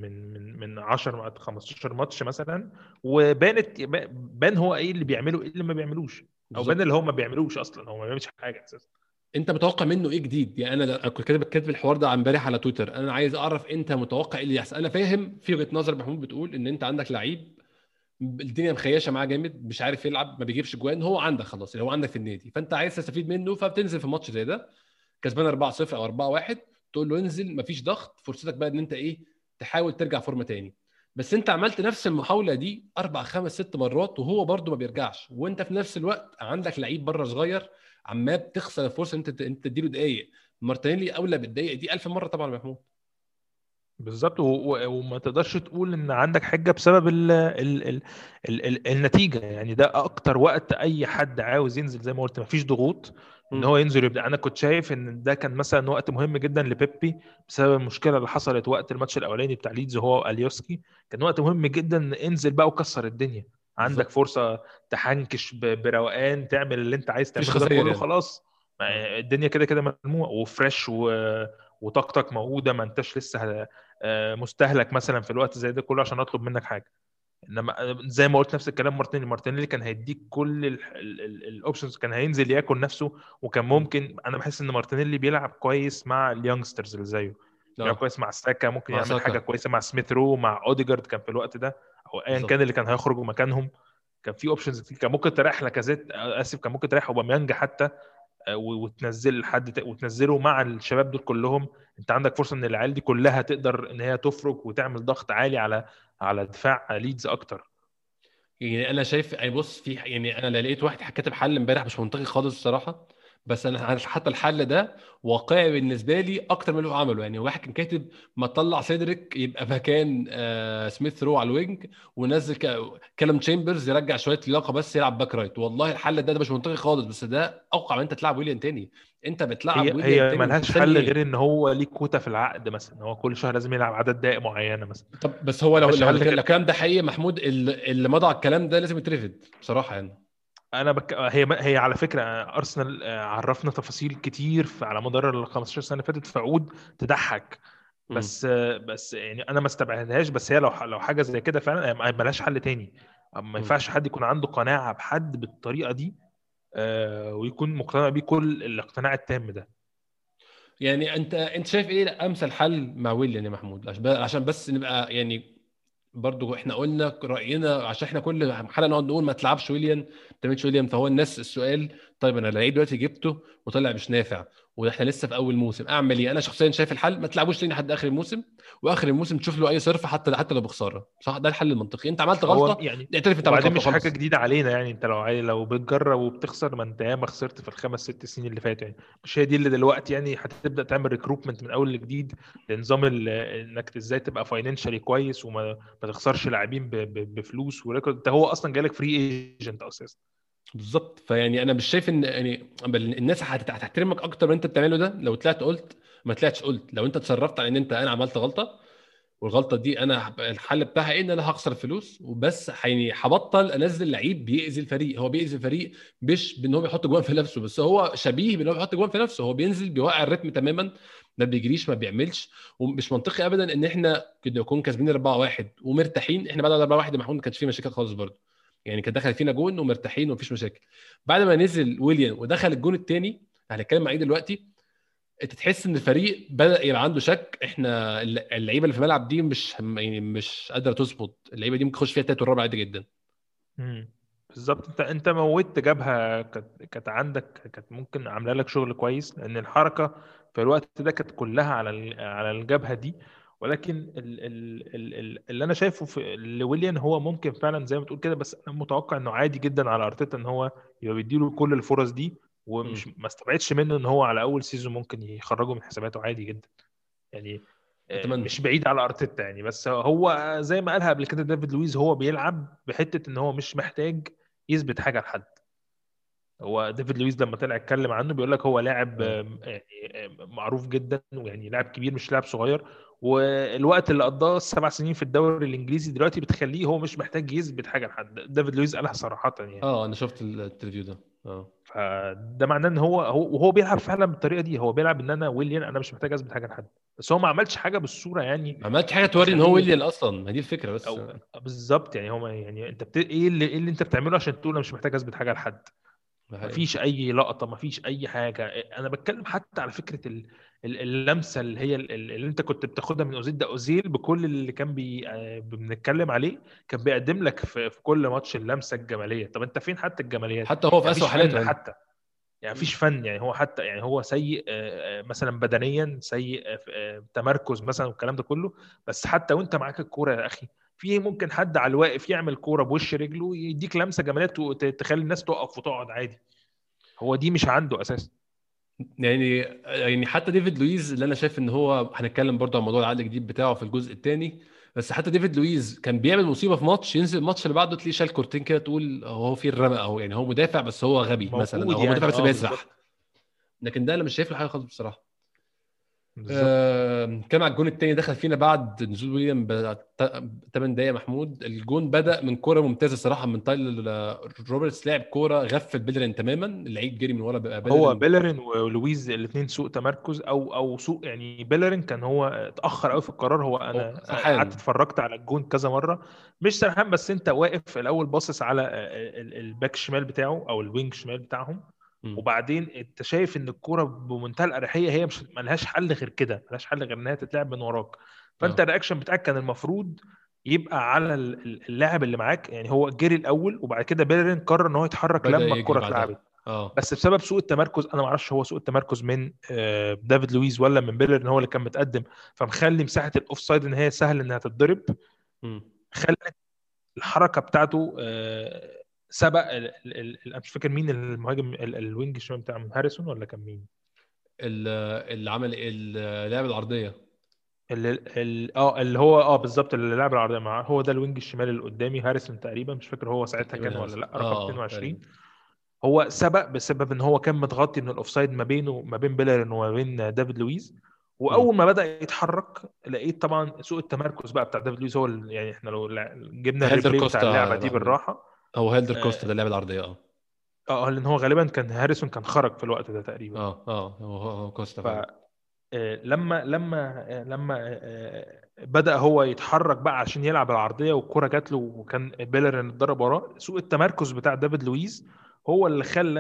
من 10 15 ماتش مثلا، بان هو ايه اللي بيعمله ايه اللي ما بيعملوش، او بان اللي بالظبط. هو ما بيعملوش اصلا، هو ما بيعملش حاجه اساسا. انت متوقع منه ايه جديد؟ يعني انا كنت كاتب الحوار ده امبارح على تويتر، انا عايز اعرف انت متوقع ايه اللي يحصل. انا فاهم في وجهه نظر محمود بتقول ان انت عندك لعيب الدنيا مخيشه معاه جامد، مش عارف يلعب، ما بيجيبش جوان، هو عندك خلاص اللي هو عندك في النادي، فانت عايز تستفيد منه، فبتنزل في ماتش زي ده كسبان 4-0 او 4-1، تقول له انزل مفيش ضغط، فرصتك بقى ان انت ايه، تحاول ترجع فورمه تاني. بس انت عملت نفس المحاوله دي اربع خمس ست مرات وهو برده ما بيرجعش، وانت في نفس الوقت عندك لعيب بره صغير عمال بتخسر الفرصه انت تديله دقايق. مارتينيلي اولى بالدقايق دي 1000 مره طبعا يا محمود. بالظبط، وما تقدرش تقول ان عندك حجه بسبب ال النتيجه. يعني ده اكتر وقت اي حد عاوز ينزل زي ما قلت، ما فيش ضغوط، ان مم. هو ينزل يبدا. انا كنت شايف ان ده كان مثلا وقت مهم جدا لبيبي بسبب المشكله اللي حصلت وقت الماتش الاولاني بتاع ليدز هو واليوسكي. كان وقت مهم جدا، انزل بقى وكسر الدنيا، عندك بالظبط. فرصه تحنكش بروقان، تعمل اللي انت عايز مفيش تعمله ده خسائر كله يعني. خلاص. اه الدنيا كده كده ملمومه وفريش وطاقتك موجوده، ما انتش لسه مستهلك مثلا في الوقت زي ده كله عشان اطلب منك حاجه. انما زي ما قلت نفس الكلام، مارتينيلي كان هيديك كل الاوبشنز، كان هينزل ياكل نفسه. وكان مم. ممكن، انا بحس ان مارتينيلي بيلعب كويس مع اليونجسترز اللي زيه، بيلعب اه كويس مع ساكا، ممكن مع يعمل حاجه ساكا. كويسه مع سميث رو، مع اوديجارد كان في الوقت ده، او ايا كان بالظبط. اللي كان هيخرجوا مكانهم. كان في اوبشنز كتير، كان ممكن تريح لاكازيت، اسف، كان ممكن تريح اوباميانج حتى، وتنزل وتنزله مع الشباب دول كلهم. انت عندك فرصه ان العيال دي كلها تقدر ان هي تفرق وتعمل ضغط عالي على دفاع ليدز اكتر. يعني انا شايف يعني بص في يعني انا لقيت واحد كاتب حل امبارح مش منطقي خالص الصراحه، بس انا حتى الحل ده واقعي بالنسبه لي اكتر من اللي هو عمله. يعني واحد كان كاتب ما تطلع سيدريك يبقى مكان سميث رو على الوينج، ونزل كلام تشامبرز يرجع شويه لياقه بس يلعب باك رايت. والله الحل ده مش منطقي خالص، بس ده اوقع من انت تلعب ويليام تاني. انت بتلعب ويليام هي تاني وانت ملهاش مستني حل غير ايه؟ ان هو ليه كوتا في العقد، مثلا هو كل شهر لازم يلعب عدد دقائق معينه مثلا. طب بس هو لو ملهاش حل لو غير الكلام ده حقيقي محمود، اللي مضى على الكلام ده لازم يترفض بصراحه يعني. هي على فكره، ارسنال عرفنا تفاصيل كتير على مدار ال 15 سنه اللي فاتت في عقود تضحك. امم. بس يعني انا ما استبعدهاش، بس هي لو حاجه زي كده فعلا هي ملهاش حل تاني. ما ينفعش حد يكون عنده قناعه بحد بالطريقه دي ويكون مقتنع بيه كل الاقتناع التام ده. يعني انت شايف ايه امثل حل مع ويليان يا محمود؟ عشان بس نبقى يعني برضو احنا قلنا راينا، عشان احنا كل حلقه نقعد نقول ما تلعبش ويليام، ما تعملش ويليام. فهو الناس السؤال، طيب انا اللعيب دلوقتي جبته وطلع مش نافع، واحنا لسه في اول موسم، اعمل ايه؟ انا شخصيا شايف الحل ما تلعبوش تاني لحد اخر الموسم، واخر الموسم تشوف له اي صرف، حتى لو بخساره. صح، ده الحل المنطقي. انت عملت هو غلطه، يعني اعترف انت عملت وبعدين غلطه مش حاجه خلاص. جديده علينا، يعني انت لو بتجرب وبتخسر، ما انت ياما خسرت في الخمس ست سنين اللي فاتوا يعني. مش هي دي اللي دلوقتي يعني هتبدا تعمل ريكروتمنت من اول جديد لنظام انك ازاي تبقى فاينانشالي كويس وما ما تخسرش لاعبين بفلوس وريكورد. انت هو اصلا جالك فري ايجنت اساسا. بالظبط. فيعني انا مش شايف ان يعني بل الناس هتحترمك اكتر من انت بتعمله ده لو طلعت قلت، ما طلعتش قلت. لو انت اتصرفت على ان انا عملت غلطه، والغلطه دي انا الحل بتاعها ايه؟ ان انا هخسر الفلوس وبس. يعني هبطل انزل لعيب بيأذي الفريق. هو بيأذي الفريق مش بان هو بيحط جوان في نفسه بس، هو شبيه بان هو بيحط جوان في نفسه. هو بينزل بيوقع الريتم تماما، ما بيجريش ما بيعملش. ومش منطقي ابدا ان احنا كنا نكون كاسبين 4-1 ومرتاحين. احنا بعد 4-1 محمود ما كانش فيه مشاكل خالص برضه، يعني كان دخل فينا جون ومرتاحين ومفيش مشاكل. بعد ما نزل ويليام ودخل الجون الثاني، هنتكلم عن ايه دلوقتي؟ انت تحس ان الفريق بدأ يبقى عنده شك. احنا اللعيبه اللي في الملعب دي مش يعني مش قادره تظبط. اللعيبه دي ممكن تخش فيها التالت والرابع عادي جدا. امم بالظبط. انت موتت جبهه كانت عندك، كانت ممكن عامله لك شغل كويس، لان الحركه في الوقت ده كانت كلها على الجبهه دي. ولكن اللي انا شايفه في لويليان هو ممكن فعلا زي ما تقول كده، بس انا متوقع انه عادي جدا على ارتيتا ان هو يبقى بيديله كل الفرص دي، مم. ومش ما استبعدش منه ان هو على اول سيزون ممكن يخرجه من حساباته عادي جدا يعني. اتمنى. مش بعيد على ارتيتا يعني. بس هو زي ما قالها قبل كده دافيد لويز، هو بيلعب بحته ان هو مش محتاج يثبت حاجه لحد. هو دافيد لويز لما طلع اتكلم عنه بيقول لك هو لاعب اه يعني معروف جدا، ويعني لاعب كبير مش لاعب صغير. والوقت اللي قضاه السبع سنين في الدوري الانجليزي دلوقتي بتخليه هو مش محتاج يثبت حاجه لحد. دافيد لويز قالها صراحه يعني. اه انا شفت الانترفيو ده. اه فده معناه ان وهو بيلعب فعلا بالطريقه دي. هو بيلعب ان انا ويليان انا مش محتاج اثبت حاجه لحد. بس هو ما عملش حاجه بالصوره يعني ما عملتش حاجه توري ان هو تخليه. ويليام اصلا، ما دي الفكره بس. او بالظبط يعني هو يعني انت ايه اللي انت بتعمله عشان تقول انا مش محتاج اثبت حاجه لحد؟ ده حقيقي. مفيش اي لقطه، مفيش اي حاجه. انا بتكلم حتى على فكره اللمسه اللي هي اللي انت كنت بتاخدها من اوزيل. ده اوزيل بكل اللي كان بنتكلم عليه، كان بيقدم لك في كل ماتش اللمسه الجماليه. طب انت فين حتى الجماليات؟ حتى هو في يعني اسوء مفيش فن حالاته يعني. حتى. يعني مفيش فن يعني. هو حتى يعني هو سيء مثلا بدنيا سيء تمركز مثلا والكلام ده كله. بس حتى وانت معاك الكوره يا اخي، في ممكن حد على الواقف يعمل كوره بوش رجله يديك لمسه جماليه تخلي الناس تقف وتقعد عادي. هو دي مش عنده اساسا. يعني حتى ديفيد لويز اللي انا شايف ان هو، هنتكلم برضه عن موضوع العقد الجديد بتاعه في الجزء الثاني، بس حتى ديفيد لويز كان بيعمل مصيبه في ماتش، ينزل الماتش اللي بعده تلاقيه شال كورتين كده، تقول هو في الرمق اهو. يعني هو مدافع بس هو غبي مثلا، او موجود هو مدافع يعني، بس اه بيسرح. بالظبط. لكن ده انا مش شايف له حاجه خالص بصراحه. بالظبط. كان على الجون الثاني دخل فينا بعد نزول ويليام ب 8 دقايق. محمود الجون بدأ من كوره ممتازه صراحه من تايلر روبرتس، لعب كوره غفل بيلرين تماما، اللعيب جري من ورا بقى هو بيلرين. بيلرين ولويز الاثنين سوء تمركز او سوء يعني. بيلرين كان هو اتاخر قوي في القرار. هو هو انا قعدت سرحان. اتفرجت على الجون كذا مره. مش سرحان، بس انت واقف الاول باصص على الباك الشمال بتاعه او الوينج شمال بتاعهم. مم. وبعدين انت شايف ان الكوره بمنتهى الاريحيه هي مش ملهاش حل غير كده، ملهاش حل غير انها تتلعب من وراك. فانت اه الرياكشن بتاعك كان المفروض يبقى على اللاعب اللي معاك. يعني هو جري الاول، وبعد كده بيلرين قرر ان هو يتحرك بدأ لما يجري الكره بعدها. اتلعبت. اه بس بسبب سوء التمركز، انا ما اعرفش هو سوء التمركز من دافيد لويز ولا من بيلر ان هو اللي كان متقدم، فمخلي مساحه الاوف سايد ان هي سهل انها تتضرب. مم. خلى الحركه بتاعته سبق انا مش فاكر مين المهاجم الوينج الشمال بتاع هاريسون ولا كان مين. ال- اللي عمل اللعبه العرضيه. اللي هو بالظبط اللي لعب العرضيه معاه، هو ده الوينج الشمال اللي قدامي هاريسون تقريبا. مش فاكر هو ساعتها تقريبا كان ولا هارسون، لا رقم تقريبا. 22. هو سبق بسبب ان هو كان متغطي من الاوفسايد ما بين بيلرين وما بين دافيد لويز. مم. واول ما بدا يتحرك لقيت طبعا سوء التمركز بقى بتاع دافيد لويز. هو يعني احنا لو جبنا هيلدر الريبلاي بتاع كوستا اللعبه يا دي محمود. بالراحه. هو هيلدر كوستا ده اه اللعبه العرضيه. اه لان هو غالبا كان هاريسون كان خرج في الوقت ده تقريبا. هو كوستا ف فعلا. لما بدأ هو يتحرك بقى عشان يلعب العرضية والكرة جات له، وكان بيلرين اتضرب وراه. سوء التمركز بتاع دافيد لويز هو اللي خلى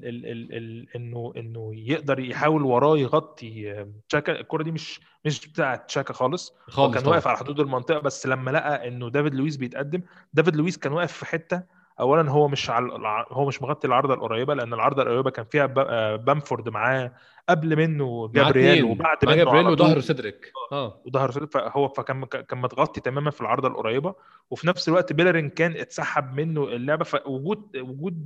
انه يقدر يحاول وراه يغطي تشاكا. الكرة دي مش بتاعه تشاكا خالص. هو خالص كان طبعا. واقف على حدود المنطقة، بس لما لقى انه دافيد لويس بيتقدم، دافيد لويس كان واقف في حتة. اولا هو مش هو مش مغطي العارضة القريبة، لان العارضة القريبة كان فيها بامفورد معاه قبل منه معاه جابرييل، اتنين، وبعد معاه منه جابريل على طول وظهره سيدريك. اه. وظهر صديق. فكان متغطي تماما في العارضة القريبة. وفي نفس الوقت بيلرين كان اتسحب منه اللعبة. فوجود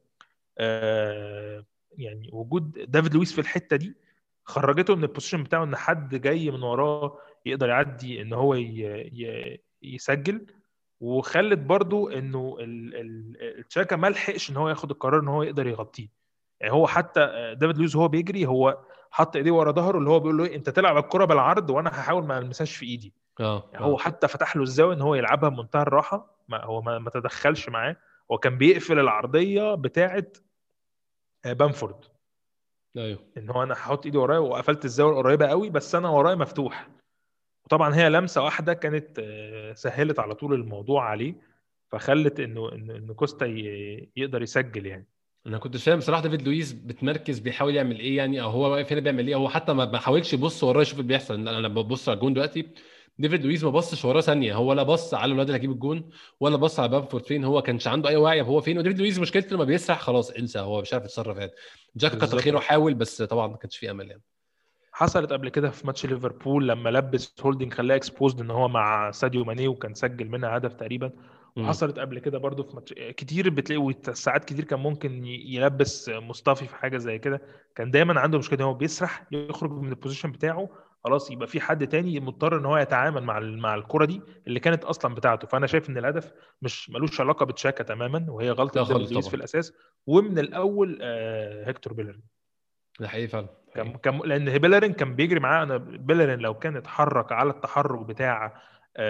يعني وجود دافيد لويس في الحته دي خرجته من البوزيشن بتاعه، ان حد جاي من وراه يقدر يعدي ان هو يسجل. وخلت برضو انه التشاكا ما لحقش ان هو ياخد القرار ان هو يقدر يغطيه. يعني هو حتى دافيد لويس وهو بيجري، هو حط ايديه ورا ظهره، اللي هو بيقول له ايه، انت تلعب الكره بالعرض وانا هحاول ما المسهاش في ايدي. اه. يعني هو اه. حتى فتح له الزاويه ان هو يلعبها بمنتهى الراحه، هو ما تدخلش معاه. هو كان بيقفل العرضيه بتاعه بامفورد، ايوه. ان هو انا هحط ايدي ورايا وقفلت الزاويه القريبه قوي، بس انا ورايا مفتوح. وطبعا هي لمسه واحده كانت سهلت على طول الموضوع عليه، فخلت انه كوستا يقدر يسجل يعني. انا كنت مش فاهم بصراحه دافيد لويس بتمركز بيحاول يعمل ايه يعني، او هو واقف هنا بيعمل ايه. هو حتى ما حاولش يبص وراه يشوف اللي بيحصل. انا ببص على الجون دلوقتي، دافيد لويس ما بصش وراه ثانيه. هو لا بص على الواد اللي هيجيب الجون، ولا بص على بامفورد فين. هو كانش عنده اي وعي هو فين. ودافيد لويس مشكلته لما بيسرح خلاص انسى، هو مش عارف يتصرف يعني. جاكا كتر خيره بالظبط. حاول، بس طبعا ما كانش فيه امل يعني. حصلت قبل كده في ماتش ليفربول لما لبس هولدنج خلاه اكسبوزد ان هو مع ساديو ماني، وكان سجل منها هدف تقريبا. امم. وحصلت قبل كده برضو في ماتش كتير بتلاقي، ساعات كتير كان ممكن يلبس مصطفي في حاجه زي كده. كان دايما عنده مشكله، هو بيسرح يخرج من البوزيشن بتاعه، خلاص يبقى في حد تاني مضطر ان هو يتعامل مع الكره دي اللي كانت اصلا بتاعته. فانا شايف ان الهدف مش ملوش علاقه بتشاكا تماما، وهي غلطه لا دافيد خالص لويس في طبعا. الاساس. ومن الاول هيكتور بيلر. ده حقيقي فعلا حقيقي. لان بيلرين كان بيجري معاه. انا بيلرين لو كان اتحرك على التحرك بتاع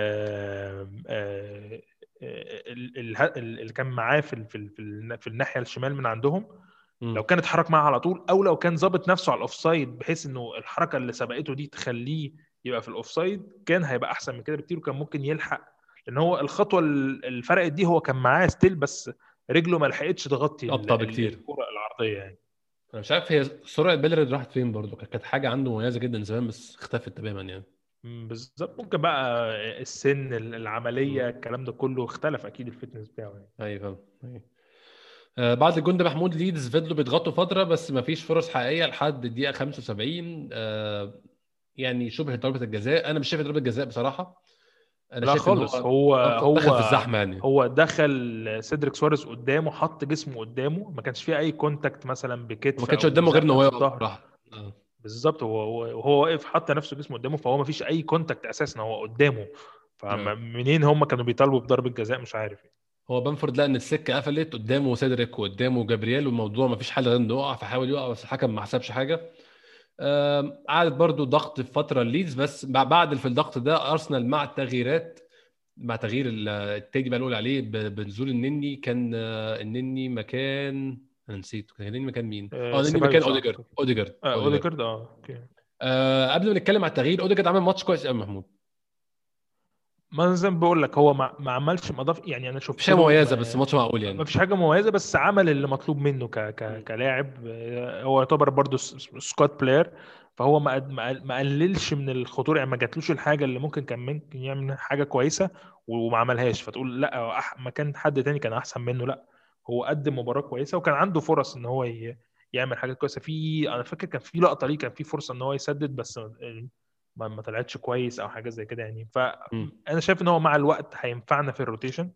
اللي كان معاه في الناحيه الشمال من عندهم، لو امم. كان اتحرك معاه على طول، او لو كان ظابط نفسه على الاوفسايد بحيث انه الحركه اللي سبقته دي تخليه يبقى في الاوفسايد، كان هيبقى احسن من كده بكتير، وكان ممكن يلحق. لان هو الخطوه اللي فرقت دي، هو كان معاه ستيل، بس رجله ما لحقتش تغطي ابطا بكتير. الكره العرضيه يعني. انا مش عارف هي سرعه بيلرين راحت فين برضو. كانت حاجه عنده مميزه جدا زمان، بس اختفت تماما يعني. بالظبط. ممكن بقى السن، مم. العمليه، الكلام ده كله اختلف اكيد الفتنس بتاعه يعني. ايوه فاهم. أيوة. بعد الجون ده محمود ليدز فضلوا بيضغطوا فتره، بس ما فيش فرص حقيقيه لحد الدقيقه 75. يعني شبه ضربه الجزاء. انا مش شايف ضربه جزاء بصراحه. انا لا شايف ان خالص. هو هو دخل هو في الزحمه يعني. هو دخل سيدريك سواريز قدامه، حط جسمه قدامه، ما كانش فيه اي كونتاكت مثلا وما بكتف كانش او قدامه غير ان زقه هو في يقف الظهر. بصراحه. بالظبط. وهو واقف حط نفسه جسمه قدامه، فهو ما فيش اي كونتاكت اساسا، هو قدامه. آه. فمنين هم كانوا بيطالبوا بضربة جزاء؟ مش عارف يعني. هو بامفورد لقى ان السكه قفلت قدامه سيدريك وقدامه جابرييل، والموضوع ما فيش حل غير انه يقع، فحاول يقع بس الحكم ما حسبش حاجه. قعدت برضو ضغط في فتره الليدز، بس بعد في الضغط ده ارسنال مع التغييرات، مع تغيير التاني بقى نقول عليه بنزول النني. كان النني مكان، انا نسيت كان النني مكان مين. النني مكان سيبايوس اوديجارد. اوديجارد. اوديجارد اوكي. قبل ما نتكلم على التغيير، اوديجارد عمل ماتش كويس قوي محمود. ما أنا زي ما بقول لك، هو ما عملش، ما ضاف يعني. انا مفيش شفت حاجه له مميزه، بس ماتش معقول ما يعني. فيش حاجه مميزه، بس عمل اللي مطلوب منه مم. كلاعب. هو يعتبر برضه سكواد بلاير. فهو ما قللش من الخطوره يعني، ما جاتلوش الحاجه اللي ممكن يعمل حاجه كويسه وما عملهاش، فتقول لا ما كان حد تاني كان احسن منه. لا، هو قدم مباراه كويسه، وكان عنده فرص ان هو يعمل حاجات كويسه. انا فاكر كان في لقطه ليه، كان في فرصه ان هو يسدد، بس ما طلعتش كويس او حاجه زي كده يعني. مم. فانا شايف ان هو مع الوقت هينفعنا في الروتيشن.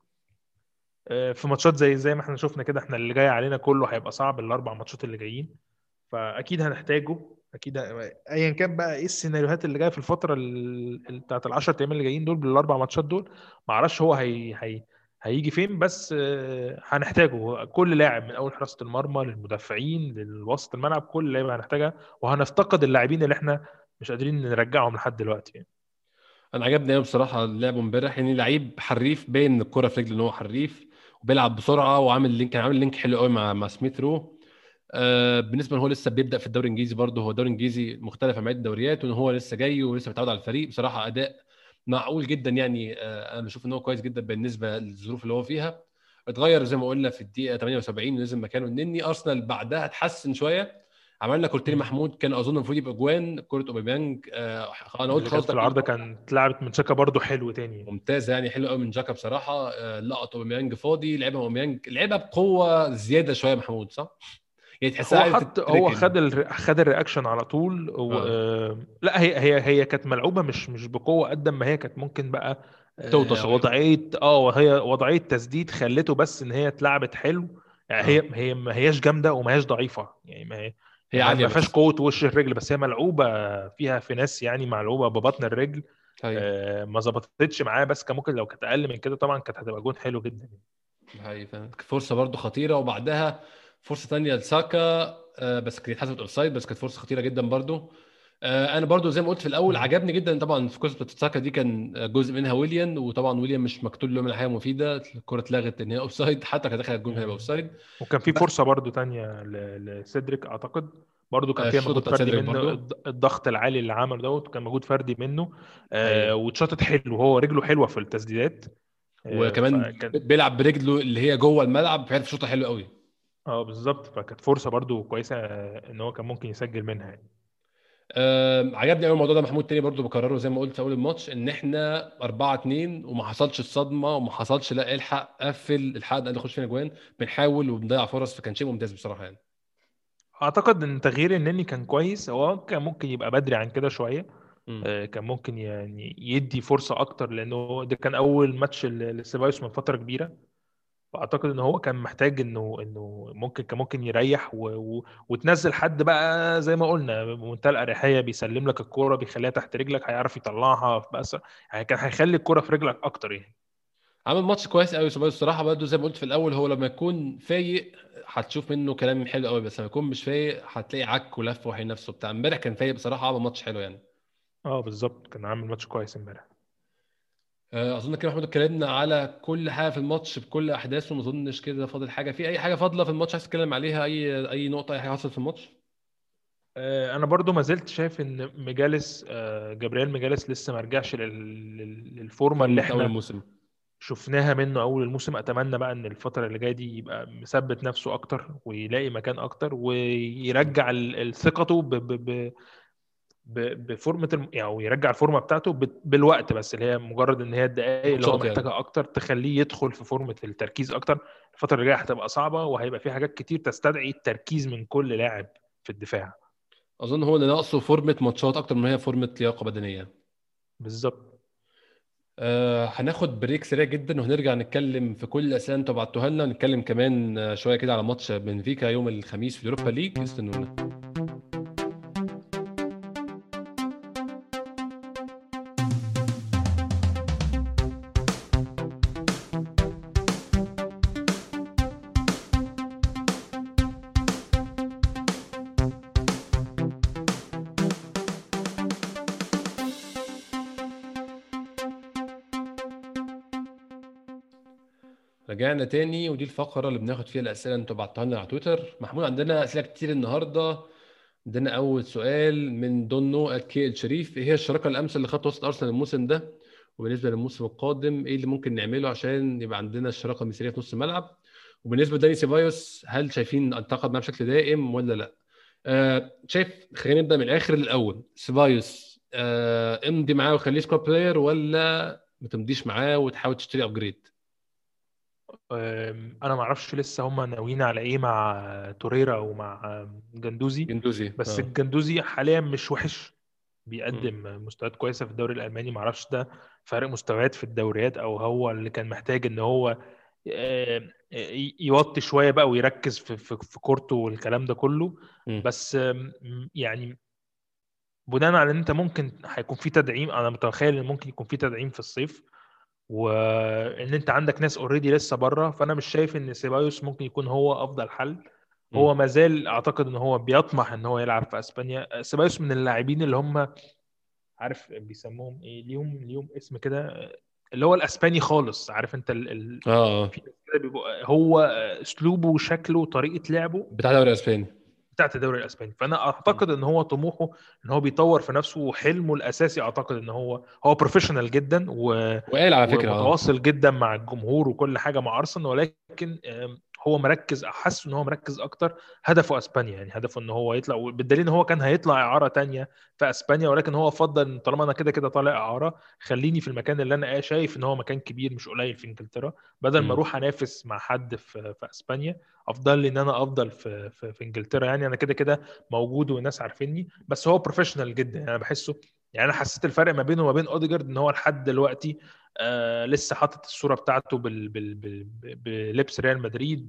في ماتشات زي ما احنا شفنا كده، احنا اللي جاي علينا كله هيبقى صعب، الاربع ماتشات اللي جايين. فاكيد هنحتاجه اكيد. ايا كان بقى ايه السيناريوهات اللي جايه في الفتره بتاعت ال10 ايام اللي جايين دول بالاربع ماتشات دول، ما اعرفش هو هيجي فين، بس هنحتاجه. كل لاعب من اول حراسه المرمى للمدافعين للوسط الملعب، كل لاعب هنحتاجها. وهنفتقد اللاعبين اللي احنا مش قادرين نرجعهم لحد دلوقتي يعني. انا عجبني قوي بصراحه لعبه امبارح يعني. لعيب حريف، باين من الكره في رجله ان هو حريف، وبيلعب بسرعه، وعامل لينك، كان عامل لينك حلو قوي مع سميث رو. بالنسبه ان هو لسه بيبدا في الدوري الانجليزي برضه. هو الدوري الانجليزي مختلف عن باقي الدوريات، وان هو لسه جاي ولسه متعود على الفريق. بصراحه اداء معقول جدا يعني. انا بشوف ان هو كويس جدا بالنسبه للظروف اللي هو فيها. اتغير زي ما قلنا في الدقيقه 78 ونزل مكانه النني. ارسنال بعدها اتحسن شويه، عملنا كورتين مم. محمود كان اظن المفروض يبقى جوان، كوره اوباميانج انا قلت اللي خلاص كانت في ده كله العارضه كانت اتلعبت من شاكا برضو حلو تاني. ممتازه يعني، حلو قوي من جاكا بصراحه. لقط اوباميانج فاضي، لعبها اوباميانج، لعبها بقوه زياده شويه محمود صح؟ يعني تحسها هو عايزه حط هو تتركن. خد الرياكشن على طول اه لا، هي كانت ملعوبه مش بقوه قد ما هي كانت ممكن بقى توطى شويه. وهي وضعيه تسديد خلته بس ان هي اتلعبت حلو. يعني اه هي ما هياش جامده وما هياش ضعيفه، يعني ما هي هي عاليه ما فيهاش بس. قوه وش الرجل، بس هي ملعوبه فيها فيناس، يعني ملعوبه ببطن الرجل. ايوه ما ظبطتش معاه، بس كان ممكن لو كانت اقل من كده طبعا كانت هتبقى جون حلو جدا. هي فرصه برضو خطيره، وبعدها فرصه تانية لساكا بس كانت اتحسبت اوفسايد، بس كانت فرصه خطيره جدا برضو. انا برضو زي ما قلت في الاول مم. عجبني جدا طبعا في قصه ساكا دي كان جزء منها ويليام، وطبعا ويليام مش مكتوب له من حاجه مفيده، الكره اتلغت ان هي اوفسايد، حتى كان دخل الجون هيبقى مم. اوفسايد. وكان في بس فرصة برضو تانية لسيدريك أعتقد، برضو كان فيها الشوطه مجهود بتاعت فردي سيدريك منه، برضو. الضغط العالي اللي عمله دوت كان مجهود فردي منه. هي واتشاطت حلو، هو رجله حلوة في التسديدات. وكمان فكان بيلعب برجله اللي هي جوه الملعب، بيعرف يشوطها حلو قوي. بالظبط، فكانت فرصة برضو كويسة ان هو كان ممكن يسجل منها يعني. عجبني قوي الموضوع ده محمود، تاني برضو بكرره زي ما قلت في اول الماتش، ان احنا 4-2 وما حصلش الصدمه وما حصلش لا الحق قفل الحق ده نخش فينا جوان، بنحاول وبنضيع فرص، فكان شيء ممتاز بصراحه يعني. اعتقد ان تغيير النني كان كويس، هو كان ممكن يبقى بدري عن كده شوية. امم كان ممكن يعني يدي فرصة اكتر، لانه ده كان اول ماتش لسيبايوس من فترة كبيرة. فاعتقد ان هو كان محتاج انه ممكن يريح وتنزل حد بقى زي ما قلنا بمنتهى الاريحيه، بيسلم لك الكوره بيخليها تحت رجلك، هيعرف يطلعها بس، يعني كان هيخلي الكوره في رجلك اكتر يعني. عمل ماتش كويس قوي سيبايوس الصراحه، برضو زي ما قلت في الاول، هو لما يكون فايق هتشوف منه كلام حلو قوي، بس لما يكون مش فايق هتلاقي عك ولف وحي نفسه بتاع امبارح. كان فايق بصراحه، عمل ماتش حلو يعني. اه بالظبط، كان عامل ماتش كويس امبارح. اظن كده محمود اتكلمنا على كل حاجه في الماتش بكل احداثه، ما اظنش كده فاضل حاجه، في اي حاجه فاضله في الماتش عايز تتكلم عليها، اي نقطه، اي حاجه حصلت في الماتش. انا برضو ما زلت شايف ان ميجاليس، جابرييل ميجاليس لسه ما رجعش للفورمه اللي فورمه اول احنا الموسم. شفناها منه اول الموسم. اتمنى بقى ان الفتره اللي جايه دي يبقى مثبت نفسه اكتر ويلاقي مكان اكتر ويرجع ثقته بفورمه يعني، ويرجع الفورمه بتاعته بالوقت، بس اللي هي مجرد ان هي الدقائق اللي هو ماتشات يعني. محتاجها اكتر تخليه يدخل في فورمه التركيز اكتر. الفتره اللي جايه هتبقى صعبه، وهيبقى في حاجات كتير تستدعي التركيز من كل لاعب في الدفاع. اظن هو اللي ناقصه فورمه ماتشات اكتر من هي فورمه لياقه بدنيه. بالظبط. هناخد بريك سريع جدا وهنرجع نتكلم في كل الاسئله انتوا بعتوها لنا، ونتكلم كمان شويه كده على ماتش بنفيكا يوم الخميس في اليوروبا ليج، استنونا. رجعنا تاني، ودي الفقره اللي بناخد فيها الاسئله انتوا بعتوها لنا على تويتر. محمود عندنا اسئله كتير النهارده. عندنا اول سؤال من دونو الكي الشريف: ايه هي الشراكه الامثل اللي خط وسط ارسنال الموسم ده؟ وبالنسبه للموسم القادم ايه اللي ممكن نعمله عشان يبقى عندنا الشراكه المثاليه في نص الملعب؟ وبالنسبه لداني سيبايوس، هل شايفين انتقد معاه بشكل دائم ولا لا؟ شايف، خلينا نبدا من الاخر للاول. سيبايوس امضي معاه وخليه سكواد بلاير، ولا ما تمضيش معاه وتحاول تشتري ابجريد؟ انا ما اعرفش لسه هم ناويين على ايه مع توريرا ومع جندوزي. جندوزي بس الجندوزي حاليا مش وحش، مم. بيقدم مستويات كويسه في الدوري الالماني. ما اعرفش ده فرق مستويات في الدوريات، او هو اللي كان محتاج ان هو يوطي شويه بقى ويركز في كورته والكلام ده كله. مم. بس يعني بناء على ان انت ممكن هيكون في تدعيم، انا متخيل ان ممكن يكون في تدعيم في الصيف، وان انت عندك ناس اوريدي لسه بره، فانا مش شايف ان سيبايوس ممكن يكون هو افضل حل. مم. هو مازال اعتقد ان هو بيطمح ان هو يلعب في اسبانيا. سيبايوس من اللاعبين اللي هم، عارف بيسموهم ايه، ليهم اسم كده، اللي هو الاسباني خالص. عارف انت اه في ناس كده بيبقى هو اسلوبه وشكله وطريقة لعبه بتاع الدوري الاسباني. بتاعت الدوري الاسباني. فانا مم. اعتقد ان هو طموحه ان هو بيطور في نفسه، وحلمه الاساسي اعتقد ان هو بروفيشنال جدا وقال على فكره ومتواصل جدا مع الجمهور وكل حاجه مع ارسنال، ولكن هو مركز، حاسس ان هو مركز اكتر، هدفه اسبانيا، يعني هدفه ان هو يطلع، بالدليل ان هو كان هيطلع اعاره تانية في اسبانيا، ولكن هو فضل إن طالما انا كده كده طالع اعاره، خليني في المكان اللي انا شايف ان هو مكان كبير مش قليل في انجلترا، بدل ما مم. اروح انافس مع حد في اسبانيا، افضل لي ان انا افضل في انجلترا. يعني انا كده كده موجود والناس عارفيني. بس هو بروفيشنال جدا، يعني انا بحسه، يعني انا حسيت الفرق ما بينه وما بين اوديجارد ان هو لحد دلوقتي لسه حاطط الصوره بتاعته بلبس ريال مدريد،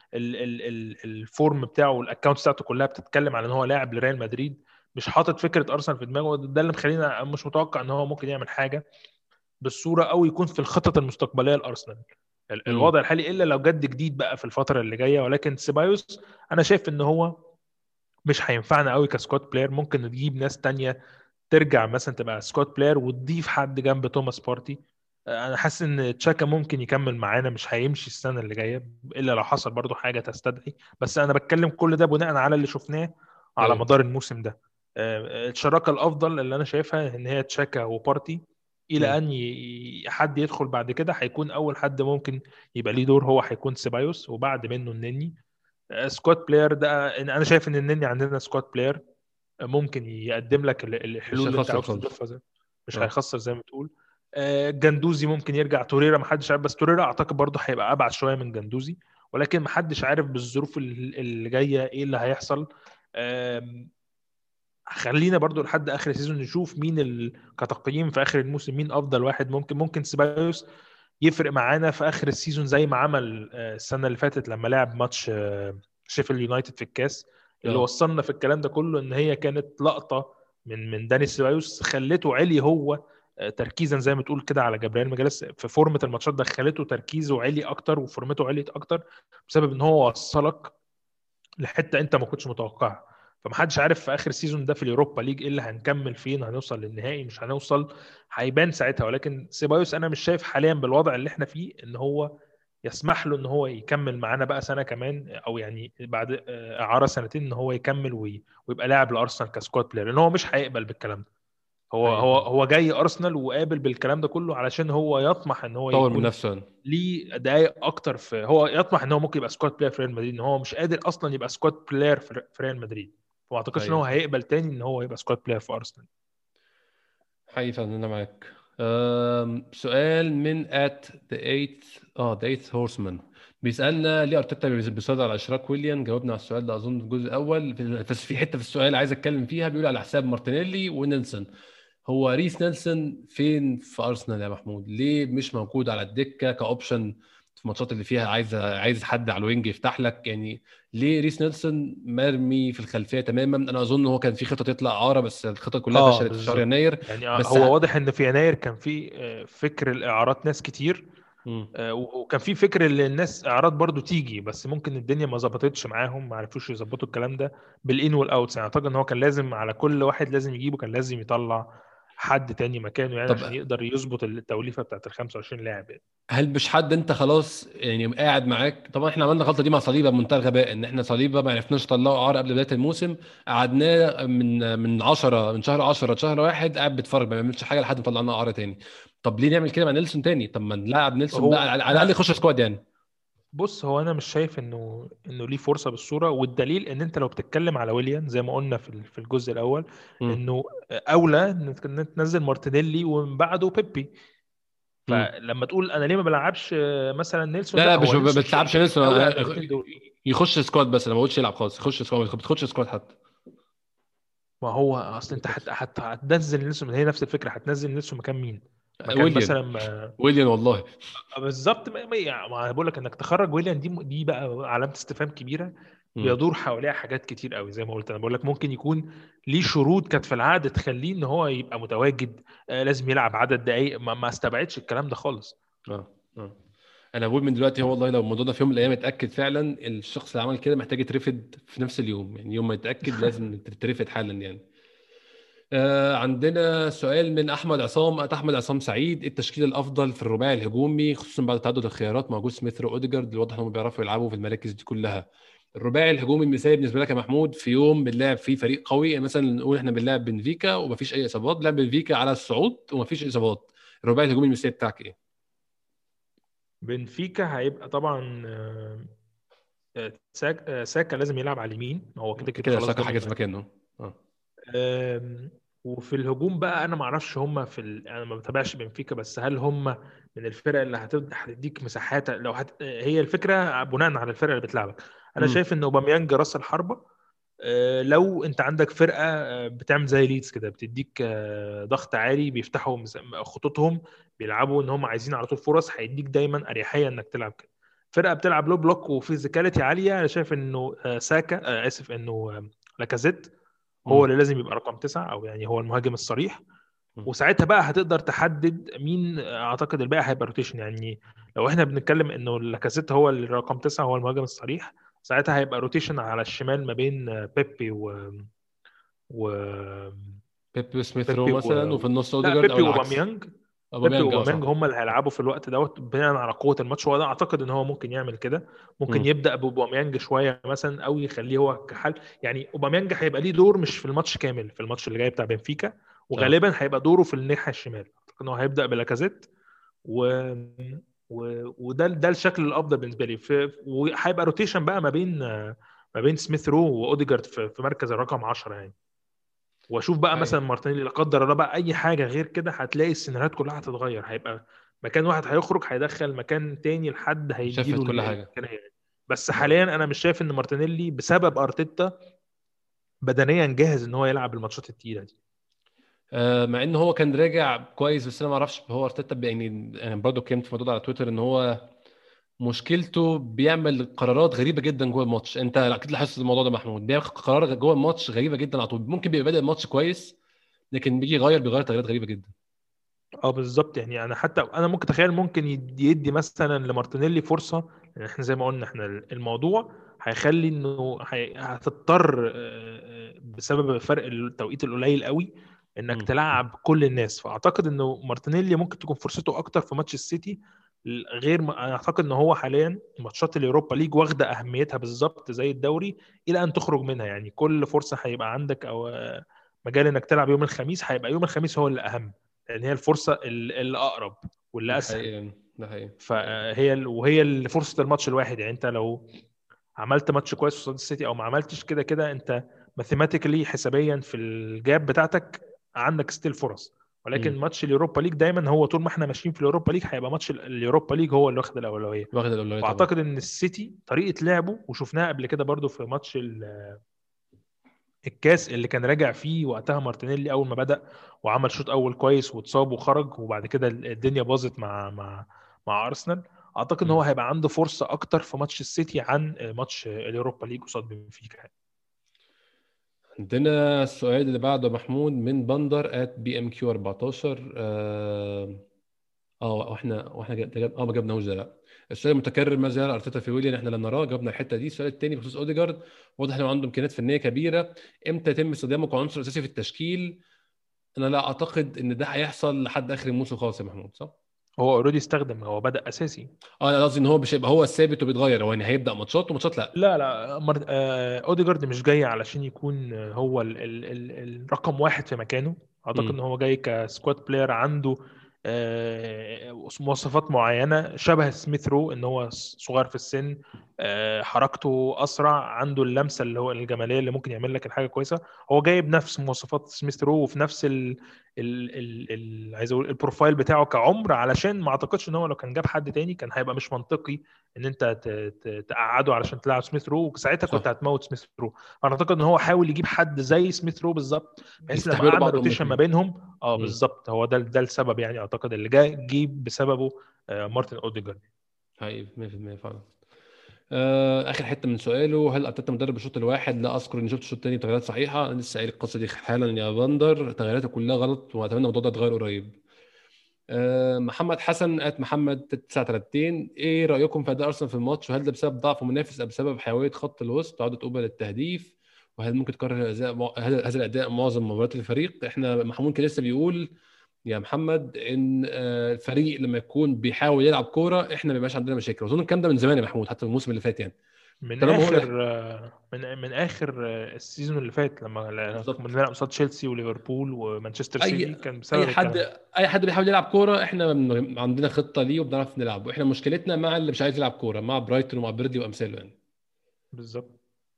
الفورم بتاعه والاكونت بتاعته كلها بتتكلم على ان هو لاعب لريال مدريد، مش حاطط فكره ارسنال في دماغه. ده اللي مخلينا مش متوقع ان هو ممكن يعمل حاجه بالصوره او يكون في الخطط المستقبليه لارسنال مم. الوضع الحالي، الا لو جد جديد بقى في الفتره اللي جايه. ولكن سيبايوس انا شايف ان هو مش هينفعنا قوي كسكواد بلاير، ممكن نجيب ناس تانية ترجع مثلا تبقى سكواد بلاير وتضيف حد جنب توماس بارتي. انا حاسس ان تشاكا ممكن يكمل معانا، مش هيمشي السنه اللي جايه الا لو حصل برضو حاجه تستدعي، بس انا بتكلم كل ده بناء على اللي شفناه على ايوه. مدار الموسم ده. الشراكه الافضل اللي انا شايفها ان هي تشاكا وبارتي، الى مم. ان حد يدخل بعد كده، هيكون اول حد ممكن يبقى ليه دور هو هيكون سيبايوس، وبعد منه النني. سكواد بلاير ده انا شايف ان النني عندنا سكواد بلاير ممكن يقدم لك الحلول مش اللي انت هيخسر عاوز خالص. تضيفها، مش اه. هيخسر زي ما بتقول. جندوزي ممكن يرجع، توريرا ما حدش عارف، بس توريرا اعتقد برضه هيبقى ابعد شويه من جندوزي، ولكن ما حدش عارف بالظروف اللي جايه ايه اللي هيحصل. آم، خلينا برضو لحد اخر السيزون نشوف مين كتقييم في اخر الموسم مين افضل واحد. ممكن سيبايوس يفرق معانا في اخر السيزون زي ما عمل السنه اللي فاتت لما لعب ماتش شيفيلد يونايتد في الكاس، اللي اه. وصلنا في الكلام ده كله ان هي كانت لقطه من داني سيبايوس خلته علي هو تركيزا زي ما تقول كده على جبريل مجالس في فورمه الماتشات، دخلته تركيزه علي اكتر وفورمته عليت اكتر، بسبب ان هو وصلك لحته انت ما كنتش متوقعها. فمحدش عارف في اخر السيزون ده في اليوروبا ليج ايه اللي هنكمل فين، هنوصل للنهائي مش هنوصل، هيبان ساعتها. ولكن سيبايوس انا مش شايف حاليا بالوضع اللي احنا فيه ان هو يسمح له ان هو يكمل معانا بقى سنه كمان، او يعني بعد اعاره سنتين ان هو يكمل ويبقى لاعب لارسنال كسكواد بلاير، لان هو مش هيقبل بالكلام ده. هو هو ايوه. هو جاي ارسنال وقابل بالكلام ده كله علشان هو يطمح ان هو طور من يكون نفسه يعني. ليه دقائق اكتر، في هو يطمح ان هو ممكن يبقى سكواد بلاير في ريال مدريد، ان هو مش قادر اصلا يبقى سكواد بلاير في ريال مدريد، فما اعتقدش ان هو ايوه. هيقبل تاني ان هو يبقى سكواد بلاير في ارسنال. حقيقي فعلا انا معاك. سؤال من ذا ايت هورسمان بيسالنا ليه ارتيتا بيصر على اشراك ويليان. جاوبنا على السؤال ده اظن في الجزء الاول، بس في حته في السؤال عايز اتكلم فيها، بيقول على حساب مارتينيلي ونيلسون. هو ريس نيلسون فين في ارسنال يا محمود؟ ليه مش موجود على الدكه كاوبشن في الماتشات اللي فيها عايز حد على الوينج يفتح لك يعني؟ ليه ريس نيلسون مرمي في الخلفيه تماما؟ انا اظن هو كان في خطه يطلع اعاره، بس الخطه كلها اه فشلت في شهر بالظبط. يناير. يعني بس هو واضح ان في يناير كان في فكر الاعارات ناس كتير، مم. وكان في فكر ان الناس اعارات برضو تيجي، بس ممكن الدنيا ما ظبطتش معاهم، ما عرفوش يظبطوا الكلام ده بالان والاوتس. يعني اعتقد ان هو كان لازم على كل واحد لازم يجيبه كان لازم يطلع حد تاني مكانه، يعني عشان طب يقدر يظبط التوليفه بتاعت ال 25 لاعب يعني. هل مش حد انت خلاص يعني قاعد معاك؟ طبعا احنا عملنا الغلطه دي مع صليبه بمنتهى الغباء، ان احنا صليبه ما عرفناش نطلعه اعاره قبل بدايه الموسم. قعدناه من 10 من شهر 10 شهر واحد قاعد بيتفرج ما بيعملش حاجه لحد ما طلعنا اعاره تاني. طب ليه نعمل كده مع نيلسون تاني؟ طب ما نلعب نيلسون بقى هو على الاقل انا يخش سكواد يعني. بص، هو انا مش شايف انه ليه فرصه بالصوره، والدليل ان انت لو بتتكلم على ويليان زي ما قلنا في الجزء الاول، امم. انه اولى إنك تنزل مارتينيلي ومن بعده بيبي. امم. فلما تقول انا ليه ما بلعبش مثلا نيلسون، لا لا لا، مش هو ما نيلسون بتلعبش شريك نيلسون. قوي على الاثنين دول. يخش سكواد، بس انا ما بقولش يلعب خالص، يخش سكواد، ما بتخش سكواد حتى. ما هو اصل انت هتنزل نيلسون، هي نفس الفكره، هتنزل نيلسون مكان مين؟ مكان ويليان. مثلا ويليان والله. بالظبط. يعني ما أنا بقول لك انك تخرج ويليان دي بقى علامه استفهام كبيره، امم. بيدور حواليها حاجات كتير قوي. زي ما قلت انا بقول لك ممكن يكون ليه شروط كانت في العقد تخليه ان هو يبقى متواجد، لازم يلعب عدد دقائق، ما استبعدش الكلام ده خالص. اه. اه. انا بقول من دلوقتي، هو والله لو الموضوع ده في يوم من الايام اتاكد فعلا، الشخص اللي عمل كده محتاج يترفد في نفس اليوم، يعني يوم ما يتاكد لازم تترفد حالا يعني. عندنا سؤال من احمد عصام سعيد: إيه التشكيل الافضل في الرباعي الهجومي خصوصا بعد تعدد الخيارات؟ موجود سميث واوديجارد، الواضح انهم بيعرفوا يلعبوا في المراكز دي كلها. الرباعي الهجومي المثالي بالنسبه لك يا محمود في يوم بنلعب فيه فريق قوي، يعني مثلا نقول احنا بنلعب بنفيكا ومفيش اي اصابات، بنلعب بنفيكا على الصعود ومفيش اصابات، الرباعي الهجومي المثالي بتاعك ايه؟ بنفيكا هيبقى طبعا ساكا لازم يلعب على اليمين، هو كده كده كده خلاص ساكا ضامن حاجه في المكان. مكانه. اه. وفي الهجوم بقى انا ما اعرفش هم انا ما بتابعش بنفيكا، بس هل هم من الفرق اللي هتديك مساحات لو هي الفكره بناء على الفرقه اللي بتلعبك. انا امم. شايف ان اوباميانج راس الحربه. لو انت عندك فرقه بتعمل زي ليدز كده، بتديك ضغط عالي، بيفتحوا خطوطهم، بيلعبوا ان هم عايزين على طول فرص، هيديك دايما اريحيه انك تلعب كده. فرقه بتلعب لو بلوك وفيزيكاليتي عاليه، انا شايف انه ساكا اسف انه لاكازيت هو امم. اللي لازم يبقى رقم 9، او يعني هو المهاجم الصريح. وساعتها بقى هتقدر تحدد مين. اعتقد الباقي هيبقى روتيشن يعني. لو احنا بنتكلم انه لاكازيت هو الرقم 9 هو المهاجم الصريح، ساعتها هيبقى روتيشن على الشمال ما بين بيبي و... بيب سميث رو بيبي مثلا، وفي النص لا، اوديجارد او بيبي العكس. وباميانج. بيبي اوباميانج، اه وباميانج صح. هم اللي هيلعبوا في الوقت دوت بناء على قوه الماتش. وده اعتقد ان هو ممكن يعمل كده، ممكن امم. يبدا بأوباميانج شويه مثلا، او يخليه هو كحل. يعني أوباميانج هيبقى ليه دور مش في الماتش كامل، في الماتش اللي جاي بتاع بنفيكا، اه. وغالبا هيبقى دوره في الناحيه الشمال. اعتقد ان هو هيبدا بلاكازيت و... وده الشكل الافضل بالنسبه لي. وهيبقى روتيشن بقى ما بين سميث رو واوديجارد في مركز الرقم 10 يعني. واشوف بقى حقيقي. مثلا مارتينيلي، لا قدر الله بقى اي حاجه غير كده، هتلاقي السيناريوهات كلها هتتغير. هيبقى مكان واحد هيخرج هيدخل مكان تاني لحد شفت هيديله كل حاجه. الامكانيه يعني. بس حاليا انا مش شايف ان مارتينيلي بسبب ارتيتا بدنيا جاهز ان هو يلعب الماتشات التقيله دي. مع ان هو كان راجع كويس، بس انا ما اعرفش هو ارتيتا يعني انا برضه كنت في الموضوع ده على تويتر ان هو مشكلته بيعمل قرارات غريبه جدا جوه الماتش. انت اكيد لاحظت الموضوع ده محمود، بياخد قرار جوه الماتش غريبه جدا على طول، ممكن بيبقى بادئ الماتش كويس لكن بيجي بيغير تغييرات غريبه جدا. اه بالظبط يعني. انا حتى انا ممكن اتخيل ممكن يدي مثلا لمارتينيلي فرصه، لان احنا زي ما قلنا احنا الموضوع هيخلي انه هتضطر بسبب فرق التوقيت القليل قوي انك امم. تلعب كل الناس. فاعتقد انه مارتينيلي ممكن تكون فرصته اكتر في ماتش السيتي. غير ما انا اعتقد ان هو حاليا ماتشات اليوروبا ليج واخده اهميتها بالظبط زي الدوري، الى ان تخرج منها يعني. كل فرصه هيبقى عندك او مجال انك تلعب يوم الخميس، هيبقى يوم الخميس هو اللي اهم، لان هي الفرصه اللي اقرب واللي ده اسهل. حقيقي، ده حقيقي، ده حقيقي. وهي اللي فرصه الماتش الواحد يعني. انت لو عملت ماتش كويس قصاد السيتي او ما عملتش، كده كده انت ماثيماتيكلي حسابيا في الجاب بتاعتك عندك ستيل فرص. ولكن امم. ماتش اليوروبا ليج دايما هو طول ما احنا ماشيين في اليوروبا ليج هيبقى ماتش اليوروبا ليج هو اللي واخد الاولويه. واخد الاولويه طبعا. واعتقد ان السيتي طريقه لعبه وشفناها قبل كده برضو في ماتش الكاس اللي كان راجع فيه وقتها مارتينيلي اول ما بدأ وعمل شوط اول كويس واتصاب وخرج، وبعد كده الدنيا باظت مع ارسنال. اعتقد ان هو امم. هيبقى عنده فرصة اكتر في ماتش السيتي عن ماتش اليوروبا ليج قصاد بنفيكا يعني. عندنا السؤال اللي بعده محمود من بندر بي ام كيو 14. ما جبناهوش ده، لا. السؤال المتكرر: ماذا يرى ارتيتا في ويليان؟ احنا لا نراه، جبنا الحته دي. السؤال الثاني بخصوص اوديجارد: واضح انه عنده امكانيات فنيه كبيره، امتى يتم استخدامه كعنصر اساسي في التشكيل؟ انا لا اعتقد ان ده هيحصل لحد اخر الموسم خالص يا محمود، صح؟ هو اوريدي استخدم، هو بدأ اساسي. اه انا قصدي ان هو مش هيبقى هو الثابت وبيتغير، هو يعني هيبدا ماتشات وماتشات لا. لا لا، اوديجارد مش جاي علشان يكون هو الرقم واحد في مكانه. اعتقد امم. ان هو جاي كسكواد بلاير عنده مواصفات معينه شبه سميث رو، ان هو صغير في السن، حركته اسرع، عنده اللمسه اللي هو الجماليه اللي ممكن يعمل لك الحاجه كويسه. هو جاي بنفس مواصفات سميث رو وفي نفس عايز اقول البروفايل بتاعه كعمر، علشان ما اعتقدش ان هو لو كان جاب حد تاني كان هيبقى مش منطقي ان انت تقعده علشان تلعب سميث رو، وساعتها كنت صح. هتموت سميث رو. فانا اعتقد ان هو حاول يجيب حد زي سميث رو بالظبط، بحيث لما يستحملوا قعدنا بعض هما روتيشن ما الاثنين. بينهم. اه بالظبط، هو ده السبب يعني. اعتقد اللي جه بسببه مارتن اوديجارد. حقيقي 100% فعلا. اخر حته من سؤاله: هل ارتيتا مدرب الشوط الواحد؟ لا اذكر اني شفت الشوط الثاني بتغييرات صحيحه. انا لسه قايل القصه دي حالا يا بندر، تغييراته كلها غلط واتمنى الموضوع ده يتغير قريب. محمد حسن محمد 932: ايه رايكم في اداء ارسنال في الماتش؟ وهل ده بسبب ضعف منافس ام بسبب حيويه خط الوسط وعوده اوبا للتهديف؟ وهل ممكن تكرر هذا الاداء معظم مباريات الفريق؟ احنا محمود كان لسه بيقول يا محمد ان الفريق لما يكون بيحاول يلعب كوره احنا ما بيبقاش عندنا مشاكل، واظن الكلام ده من زمان يا محمود، حتى من الموسم اللي فات يعني. من طالما هو اخر من اخر السيزون اللي فات لما كنا بالظبط. بنلعب قصاد تشيلسي وليفربول ومانشستر اي سيتي كان اي بسبب حد الكلام ده. اي حد بيحاول يلعب كوره احنا عندنا خطه ليه وبنعرف نلعب، واحنا مشكلتنا مع اللي مش عايز يلعب كوره، مع برايتون ومع بيردي وامثاله يعني. بالظبط.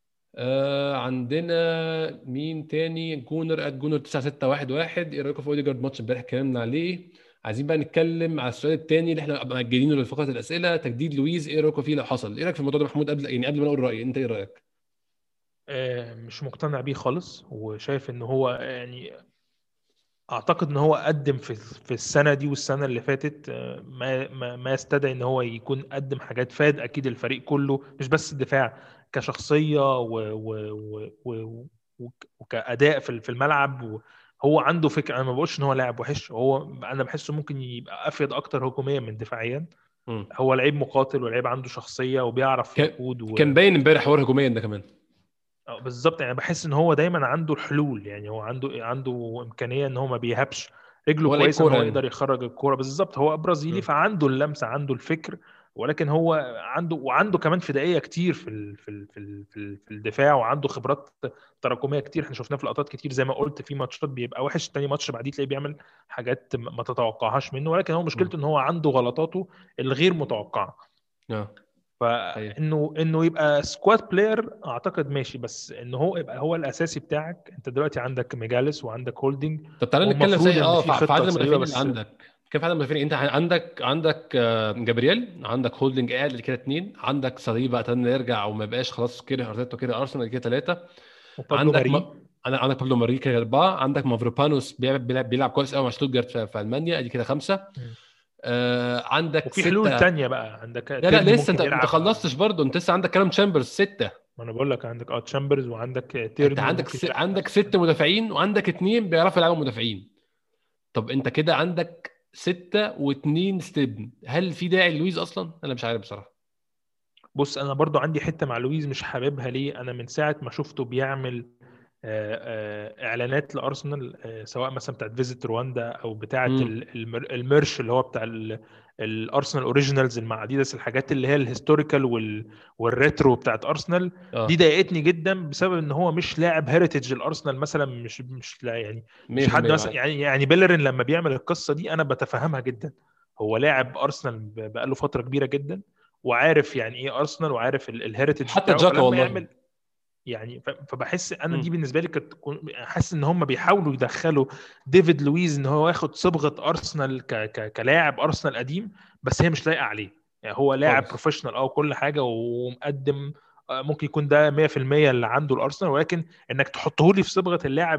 عندنا مين تاني؟ جونر @جونر 9611، ايه رايكم في اوديجارد؟ ماتش امبارح اتكلمنا عليه. عايزين بقى نتكلم على السؤال التاني اللي احنا مأجلينه لفقره الاسئله، تجديد لويز، ايه رايكم فيه لو حصل؟ ايه رايك في الموضوع ده محمود؟ قبل ما اقول رايي، انت ايه رايك؟ مش مقتنع بيه خالص، وشايف ان هو يعني اعتقد ان هو قدم في السنه دي والسنه اللي فاتت ما يستدعي ان هو يكون قدم حاجات فاد اكيد الفريق كله، مش بس الدفاع، كشخصيه وكاداء في الملعب. هو عنده فكره، انا ما بقولش ان هو لاعب وحش، هو انا بحسه ممكن يبقى افيد اكتر هجوميا من دفاعيا. مم. هو لعيب مقاتل ولعيب عنده شخصيه وبيعرف كان يقود كان باين امبارح حوار هجوميا ده كمان. بالظبط. يعني بحس ان هو دايما عنده الحلول، يعني هو عنده امكانيه ان هو ما بيهبش، رجله هو لعيب كويسه ان كوره هو يعني. يقدر يخرج الكوره. بالظبط، هو برازيلي مم. فعنده اللمسه، عنده الفكر، ولكن هو وعنده كمان فدائيه كتير في الدفاع، وعنده خبرات تراكميه كتير احنا شفناه في لقطات كتير. زي ما قلت في ماتشات بيبقى وحش، تاني ماتش بعديه تلاقيه بيعمل حاجات ما تتوقعهاش منه، ولكن هو مم. مشكلته ان هو عنده غلطاته الغير متوقعه. اه. حقيقي. فانه يبقى سكواد بلاير اعتقد ماشي، بس ان هو يبقى هو الاساسي بتاعك. انت دلوقتي عندك ميجاليس وعندك هولدنج، طب تعالى نتكلم والمفروض صحيح ان في في خطه عدد صليبه المدافعين اللي بس. عندك. كيف عدد المدافعين؟ انت عندك جابرييل، عندك هولدنج قاعد كده اثنين، عندك صليبه اتمنى يرجع وما يبقاش خلاص كده ارتيتا كده ارسنال كده ثلاثه. وبابلو عندك ماري. عندك بابلو ماري كده اربعه، عندك مافروبانوس بيلعب كويس قوي مع شتوتجارت في المانيا، ادي كده خمسه. مم. عندك وفي حلول سته. تانية بقى، عندك لا تيرني لسه ممكن انت يلعب. خلصتش برضه، انت لسه عندك كلام تشامبرز سته. ما انا بقول لك عندك تشامبرز، وعندك انت تيرني ممكن يلعب عندك نفس ست الكلام. مدافعين وعندك اثنين بيعرفوا يلعبوا مدافعين. طب انت كده عندك ستة واثنين ستيبن، هل في داعي لويز اصلا؟ انا مش عارف بصراحة. بص انا برضو عندي حته مع لويز مش حاببها. ليه؟ انا من ساعه ما شفته بيعمل اعلانات لارسنال، سواء مثلا بتاعت فيزيت رواندا او بتاعت امم. الميرش اللي هو بتاع الارسنال اوريجينالز مع اديداس، الحاجات اللي هي الهيستوريكال والريترو بتاعت ارسنال. دي اه. ضايقتني جدا بسبب ان هو مش لاعب هيريتج الارسنال مثلا، مش لا يعني مش حد 100% مثلا، معاك. يعني بيلرين لما بيعمل القصه دي انا بتفهمها جدا. هو لاعب ارسنال بقاله فتره كبيره جدا، وعارف يعني ايه ارسنال، وعارف الهيريتج حتى بتاعه، جاكا فلما والله. يعمل يعني فبحس انا امم. دي بالنسبه لي كنت حاسس ان هم بيحاولوا يدخلوا ديفيد لويز ان هو ياخد صبغه ارسنال كلاعب ارسنال قديم، بس هي مش لايقه عليه. يعني هو لاعب خالص. بروفيشنال كل حاجه ومقدم، ممكن يكون ده 100% اللي عنده الارسنال، ولكن انك تحطه لي في صبغه اللاعب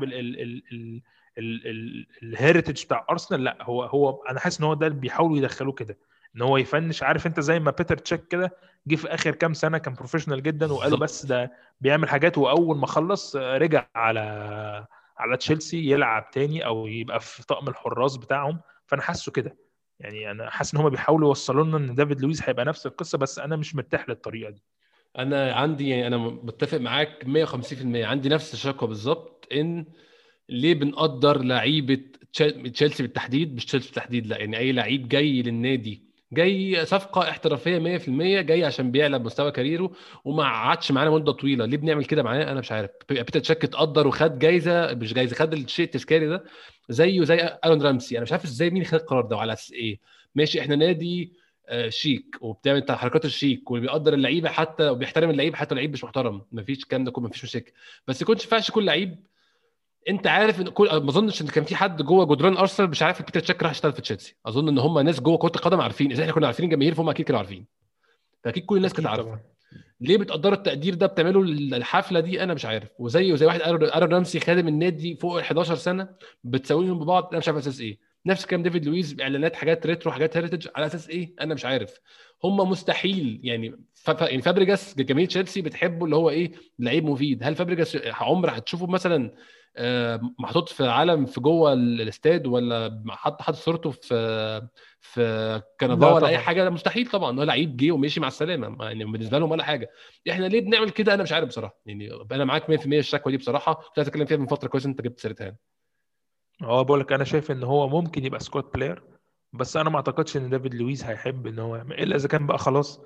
الهيريتج بتاع ارسنال، لا هو انا حاسس ان هو ده اللي بيحاولوا يدخلوه كده، ان هو يفنش. عارف انت زي ما بيتر تشيك كده جه في اخر كام سنه كان بروفيشنال جدا، وقالوا بس بالظبط. ده بيعمل حاجات، واول ما خلص رجع على تشيلسي يلعب تاني او يبقى في طقم الحراس بتاعهم. فانا حاسه كده. يعني انا حاسس ان هم بيحاولوا يوصلوا لنا ان دافيد لويس هيبقى نفس القصه، بس انا مش مرتاح للطريقه دي. انا عندي يعني انا متفق معاك 150%، عندي نفس الشكوى بالظبط. ان ليه بنقدر لعيبه تشيلسي بالتحديد، مش تشيلسي بالتحديد لا، يعني اي لعيب جاي للنادي جاي صفقه احترافيه 100%، جاي عشان بيعلى بمستوى كاريره وما قعدش معانا مده طويله، ليه بنعمل كده معاه؟ انا مش عارف. بيتر تشيك اتقدر وخد جايزه، مش جايزه، خد الشيء التذكاري ده زيه زي ارون رامسي. انا مش عارف ازاي مين خد القرار ده وعلى اساس ايه. ماشي احنا نادي شيك وبتعمل حركات الشيك وبيقدر اللعيبه حتى وبيحترم اللعيبه حتى اللعيب مش محترم، مفيش الكلام ده كله، مفيش مشاكل. بس كنتش ينفعش كل لعيب. انت عارف ان ما اظنش ان كان في حد جوه جدران ارسنال مش عارف بيتر تشيك راح يشتغل في تشيلسي. اظن ان هم ناس جوه كره القدم عارفين، اذا احنا كنا عارفين الجماهير فهم اكيد كانوا عارفين، فاكيد كل الناس كانت اكيد عارفه. طبعا. ليه بتقدروا التقدير ده بتعملوا الحفله دي؟ انا مش عارف. وزيه وزي واحد ارون رامسي خادم النادي فوق ال 11 سنه، بتساويهم ببعض، انا مش عارف اساس ايه. نفس الكلام ديفيد لويز، اعلانات حاجات ريترو حاجات هيريتج، على اساس ايه؟ انا مش عارف. هم مستحيل يعني يعني فابريجاس جماهير تشيلسي بتحبه اللي هو ايه؟ لعيب مفيد. هل فابريجاس عمر هتشوفه مثلا محطوط في علم في جوه الاستاد، ولا حط صورته في كنفا لا ولا اي طبعا. حاجه؟ ده مستحيل طبعا. هو لعيب جه ومشي مع السلامه، يعني بالنسبه لهم ولا حاجه. احنا ليه بنعمل كده؟ انا مش عارف بصراحه. يعني انا معاك 100% الشكوى دي بصراحه كنت عايز اتكلم فيها من فتره، كويس انت جبت سيرتها يعني. هو بقول لك انا شايف ان هو ممكن يبقى سكواد بلاير، بس انا ما اعتقدش ان دافيد لويس هيحب ان هو يعمل الا اذا كان بقى خلاص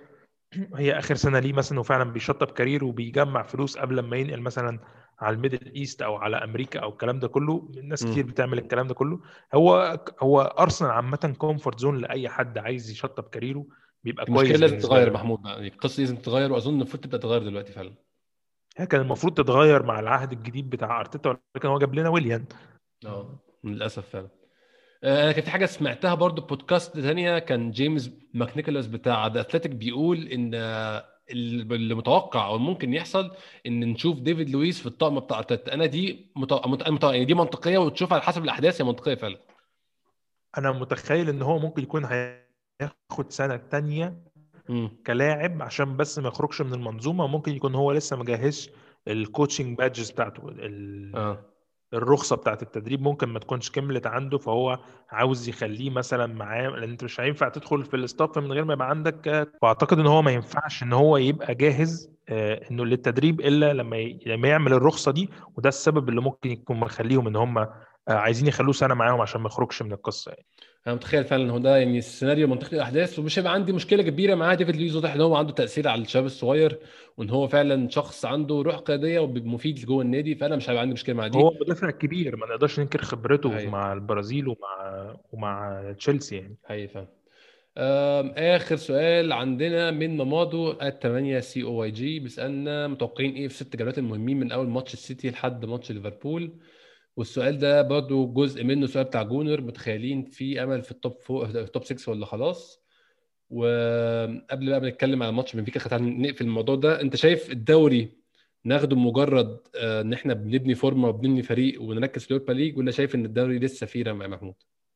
هي اخر سنه ليه مثلا، وفعلا بيشطب كارير وبيجمع فلوس قبل ما ينقل مثلا على الميدل ايست او على امريكا او الكلام ده كله. الناس كتير امم بتعمل الكلام ده كله. هو ارسنال عامه كومفورت زون لاي حد عايز يشطب كاريره، بيبقى المشكله كويس لازم بالنسبه تتغير يا له يعني. محمود بقى، يعني القصه لازم تتغير، واظن المفروض تبدا تتغير دلوقتي فعلا. هي كان المفروض تتغير مع العهد الجديد بتاع ارتيتا، ولكن هو جاب لنا ويليان. اه للاسف فعلا. انا كان في حاجه سمعتها برضو بودكاست تانية، كان جيمس ماكنيكولاس بتاع ذا اثليتيك بيقول ان اللي متوقع او ممكن يحصل ان نشوف ديفيد لويس في الطقم بتاع ارتيتا. انا دي يعني دي منطقيه، وتشوف على حسب الاحداث هي منطقيه فعلا. انا متخيل ان هو ممكن يكون هياخد سنه تانية امم كلاعب عشان بس ما يخرجش من المنظومه. ممكن يكون هو لسه ما جهزش الكوتشنج بادجز بتاعته، اه الرخصه بتاعت التدريب ممكن ما تكونش كملت عنده، فهو عاوز يخليه مثلا معاه، لان انت مش هينفع تدخل في الاستاف من غير ما يبقى عندك. واعتقد ان هو ما ينفعش ان هو يبقى جاهز انه للتدريب الا لما يعمل الرخصه دي. وده السبب اللي ممكن يكون مخليهم ان هم عايزين يخلوه سنه معاهم عشان ما يخرجش من القصه يعني. انا متخيل فعلا ان هو ده يعني السيناريو منطقي الاحداث، ومش هيبقى عندي مشكله كبيره معاه. ديفيد لويس واضح ان هو عنده تاثير على الشباب الصغير، وان هو فعلا شخص عنده روح قياديه ومفيد جوه النادي، فانا مش هيبقى عندي مشكله مع هو دي. مدافع كبير، ما نقدرش ننكر خبرته هي مع البرازيل ومع تشيلسي يعني. هي فعلا. آخر سؤال عندنا من مامادو @8 COYG بيسألنا متوقعين إيه في 6 جولات المهمين من أول ماتش السيتي لحد ماتش ليفربول. والسؤال ده برضو جزء منه سؤال بتاع جونر، متخيلين في أمل في التوب فوق في التوب 6 ولا خلاص؟ وقبل بقى ما نتكلم على ماتش بنفيكا، خلينا نقفل الموضوع ده. أنت شايف الدوري ناخده مجرد إن إحنا بنبني فورمة وبنبني فريق ونركز في اليوروبا ليج، ولا شايف إن الدوري لسه فيه رمق يا محمود؟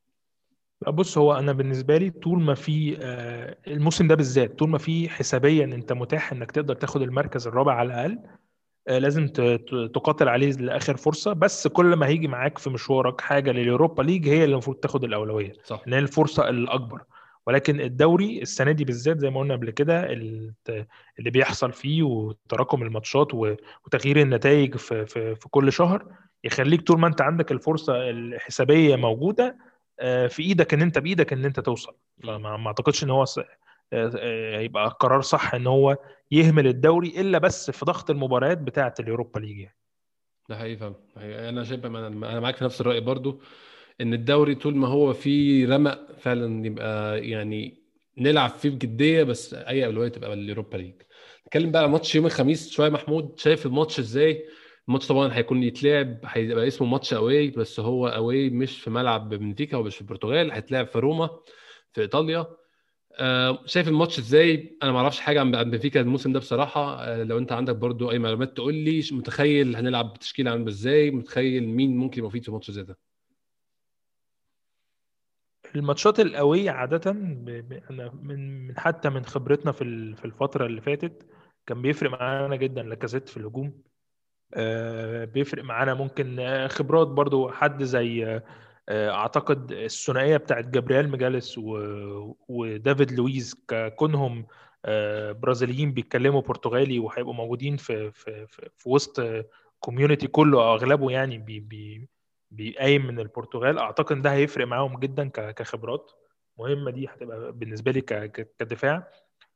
بص، هو انا بالنسبه لي طول ما في الموسم ده بالذات، طول ما في حسابيا انت متاح انك تقدر تاخد المركز الرابع على الاقل، لازم تقاتل عليه لاخر فرصه. بس كل ما هيجي معاك في مشوارك حاجه لليوروبا ليج، هي اللي المفروض تاخد الاولويه، صح. ان هي الفرصه الاكبر. ولكن الدوري السنه دي بالذات زي ما قلنا قبل كده، اللي بيحصل فيه وتراكم الماتشات وتغيير النتائج في كل شهر، يخليك طول ما انت عندك الفرصه الحسابيه موجوده في ايدك، ان انت بايدك ان انت توصل. فما اعتقدش ان هو هيبقى قرار صح ان هو يهمل الدوري الا بس في ضغط المباريات بتاعه اليوروبا ليج يعني. ده حقيقي فاهم. انا شايف، انا معاك في نفس الراي برضو، ان الدوري طول ما هو فيه رمق فعلا يبقى يعني نلعب فيه بجديه، بس اي اولويه تبقى لليوروبا ليج. نتكلم بقى على ماتش يوم الخميس شويه. محمود شايف الماتش ازاي؟ الماتش طبعا هيكون يتلعب، هيبقى اسمه ماتش اواي، بس هو اواي مش في ملعب بنفيكا ومش في البرتغال، هيتلعب في روما في ايطاليا. شايف الماتش ازاي؟ انا ما اعرفش حاجه عن بنفيكا الموسم ده بصراحه. لو انت عندك برضو اي معلومات تقول لي. متخيل هنلعب بتشكيله عامله ازاي؟ متخيل مين ممكن يبقى مفيد في ماتش زي ده؟ الماتشات القوية عادة أنا حتى من خبرتنا في الفترة اللي فاتت، كان بيفرق معانا جدا لاكازيت في الهجوم. بيفرق معانا ممكن خبرات برضو حد زي اعتقد الثنائيه بتاعت جابرييل ميجاليس ودافيد لويز، كونهم برازيليين بيتكلموا برتغالي وهيبقوا موجودين في وسط كوميونتي كله او اغلبه يعني بيقايم من البرتغال. اعتقد ده هيفرق معاهم جدا كخبرات مهمه. دي هتبقى بالنسبه لي كدفاع.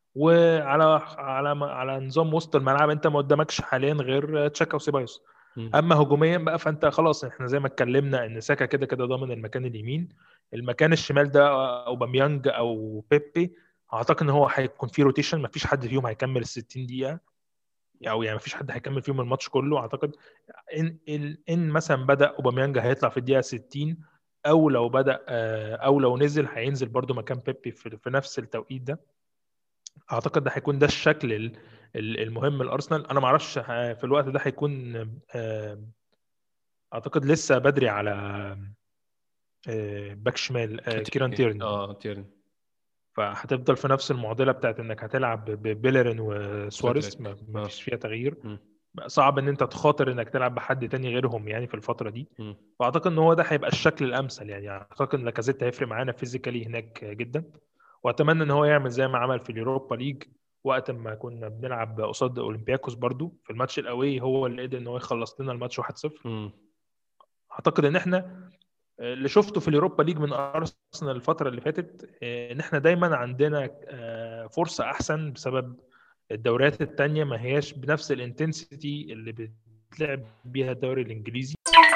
على نظام وسط الملعب، انت ما قدامكش حاليا غير تشاكا وسيبايوس. مم. اما هجوميا بقى، فانت خلاص احنا زي ما اتكلمنا ان ساكا كده كده ضامن المكان اليمين. المكان الشمال ده اوباميانج او بيبي، اعتقد ان هو هيكون فيه روتيشن، ما فيش حد فيهم هيكمل ال 60 دقيقه، او يعني ما فيش حد هيكمل فيهم الماتش كله اعتقد. ان مثلا بدا اوباميانج هيطلع في الدقيقه 60، او لو بدا او لو نزل هينزل برضو مكان بيبي في نفس التوقيت ده. اعتقد ده هيكون ده الشكل المهم لارسنال. انا ما اعرفش في الوقت ده هيكون اعتقد لسه بدري على باك شمال كيران تيرني، تيرني. تيرني. فهتفضل في نفس المعضله بتاعت انك هتلعب ببيلرين وسواريز، سوكريك. ما فيش فيها تغيير. مم. بقى صعب ان انت تخاطر انك تلعب بحد تاني غيرهم يعني في الفتره دي. مم. فاعتقد ان هو ده هيبقى الشكل الامثل يعني. اعتقد ان لاكازيت هيفرق معانا فيزيكالي هناك جدا، واتمنى ان هو يعمل زي ما عمل في اليوروبا ليج وقت ما كنا بنلعب قصاد اولمبياكوس برضو في الماتش الاوي، هو اللي قدر ان هو يخلص لنا الماتش 1-0. مم. اعتقد ان احنا اللي شفته في اليوروبا ليج من ارسنال الفتره اللي فاتت، ان احنا دايما عندنا فرصه احسن بسبب الدوريات التانية ما هياش بنفس الانتنسيتي اللي بتلعب بيها الدوري الانجليزي.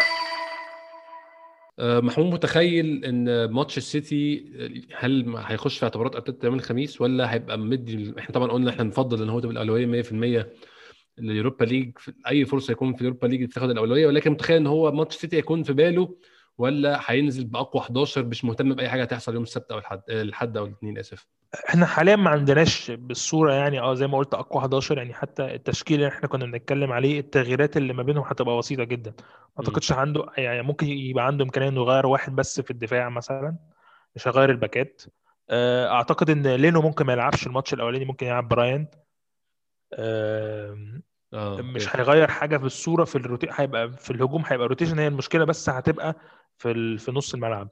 محمود، متخيل ان ماتش السيتي هل هيخش في اعتبارات ارتيتا يوم الخميس، ولا هيبقى مدي؟ احنا طبعا قلنا احنا نفضل ان هو تبقى الاولويه 100% لليوروبا ليج، اي فرصه يكون في اليوروبا ليج تاخد الاولويه، ولكن متخيل ان هو ماتش السيتي هيكون في باله، ولا هينزل باقوى 11 مش مهتم باي حاجه هتحصل يوم السبت او الحد او الاثنين، اسف. احنا حاليا ما عندناش بالصورة يعني زي ما قلت اقوى 11 يعني. حتى التشكيل اللي احنا كنا بنتكلم عليه التغييرات اللي ما بينهم هتبقى بسيطة جدا. ما مم. اعتقدش عنده يعني، ممكن يبقى عنده امكانية انه يغير واحد بس في الدفاع مثلا، مش هيغير الباكات. اعتقد ان لينو ممكن ما يلعبش الماتش الاولاني، ممكن يلعب براين. آم، اوكي. مش هيغير حاجه في الصوره في هيبقى في الهجوم هيبقى روتيشن. هي المشكله بس هتبقى في نص الملعب.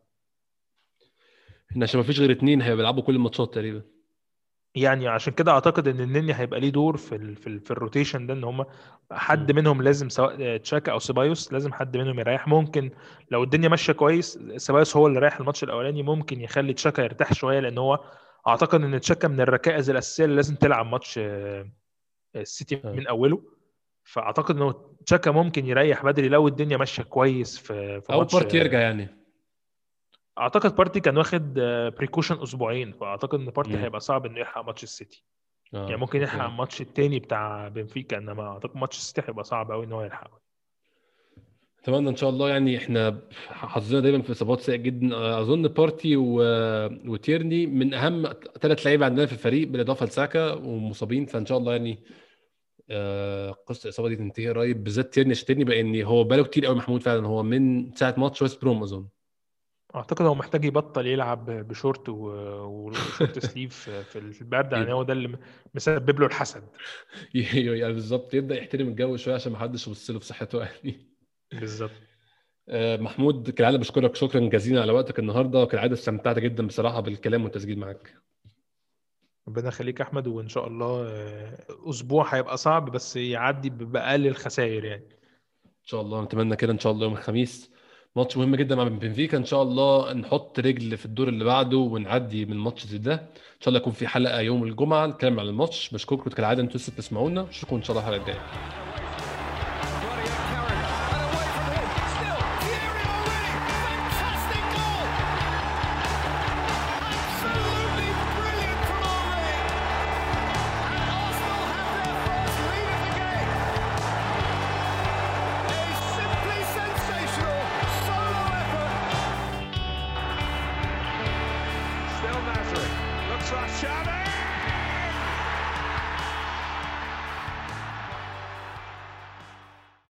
احنا عشان ما فيش غير اتنين هيبقى بيلعبوا كل الماتشات تقريبا. يعني عشان كده اعتقد ان النني هيبقى ليه دور في الروتيشن ده، ان هم حد مم. منهم لازم، سواء تشاكا او سيبايوس، لازم حد منهم يريح. ممكن لو الدنيا ماشيه كويس سيبايوس هو اللي رايح الماتش الاولاني، ممكن يخلي تشاكا يرتاح شويه، لان هو اعتقد ان تشاكا من الركائز الاساسيه اللي لازم تلعب ماتش السيتي اه. من اوله. فاعتقد انه تشاكا ممكن يريح بدري لو الدنيا ماشيه كويس في او ماتش. بارتي يرجع يعني. اعتقد بارتي كان واخد بريكوشن اسبوعين، فاعتقد ان بارتي مم. هيبقى صعب انه يلحق ماتش السيتي. يعني اه، ممكن يلحق اوكي. الماتش التاني بتاع بنفيكا، انما اعتقد ماتش السيتي هيبقى صعب قوي ان هو يلحقه. اتمنى ان شاء الله. يعني احنا حظنا دايما في اصابات سيئه جدا. اظن بارتي وتيرني من اهم ثلاث لعيبه عندنا في الفريق بالاضافه لساكا ومصابين، فان شاء الله يعني قصه الاصابه دي تنتهي قريب، بالذات تيرني. عشان تيرني بقى ان هو بقاله كتير قوي محمود فعلا، هو من ساعه ماتش ويست بروم اظن. اعتقد هو محتاج يبطل يلعب بشورت وشورت سليف في البرد، يعني هو ده اللي مسبب له الحسد. يعني بالظبط، يبدا يحترم الجو شويه عشان ما حدش يبص له في صحته يعني. بالظبط. محمود، كالعاده بشكرك شكرا جزيلا على وقتك النهارده، وكالعاده استمتعت جدا بصراحه بالكلام والتسجيل معاك. ربنا يخليك يا احمد، وان شاء الله اسبوع هيبقى صعب بس يعدي باقل الخسائر يعني. ان شاء الله نتمنى كده. ان شاء الله يوم الخميس ماتش مهم جدا مع بنفيكا، ان شاء الله نحط رجل في الدور اللي بعده ونعدي من الماتش زي ده. ان شاء الله يكون في حلقه يوم الجمعه نتكلم عن الماتش. بشكركم كالعاده انتوا لسه بتسمعونا، اشوفكم ان شاء الله الحلقه الجايه. Still Nazareth looks like Xavi.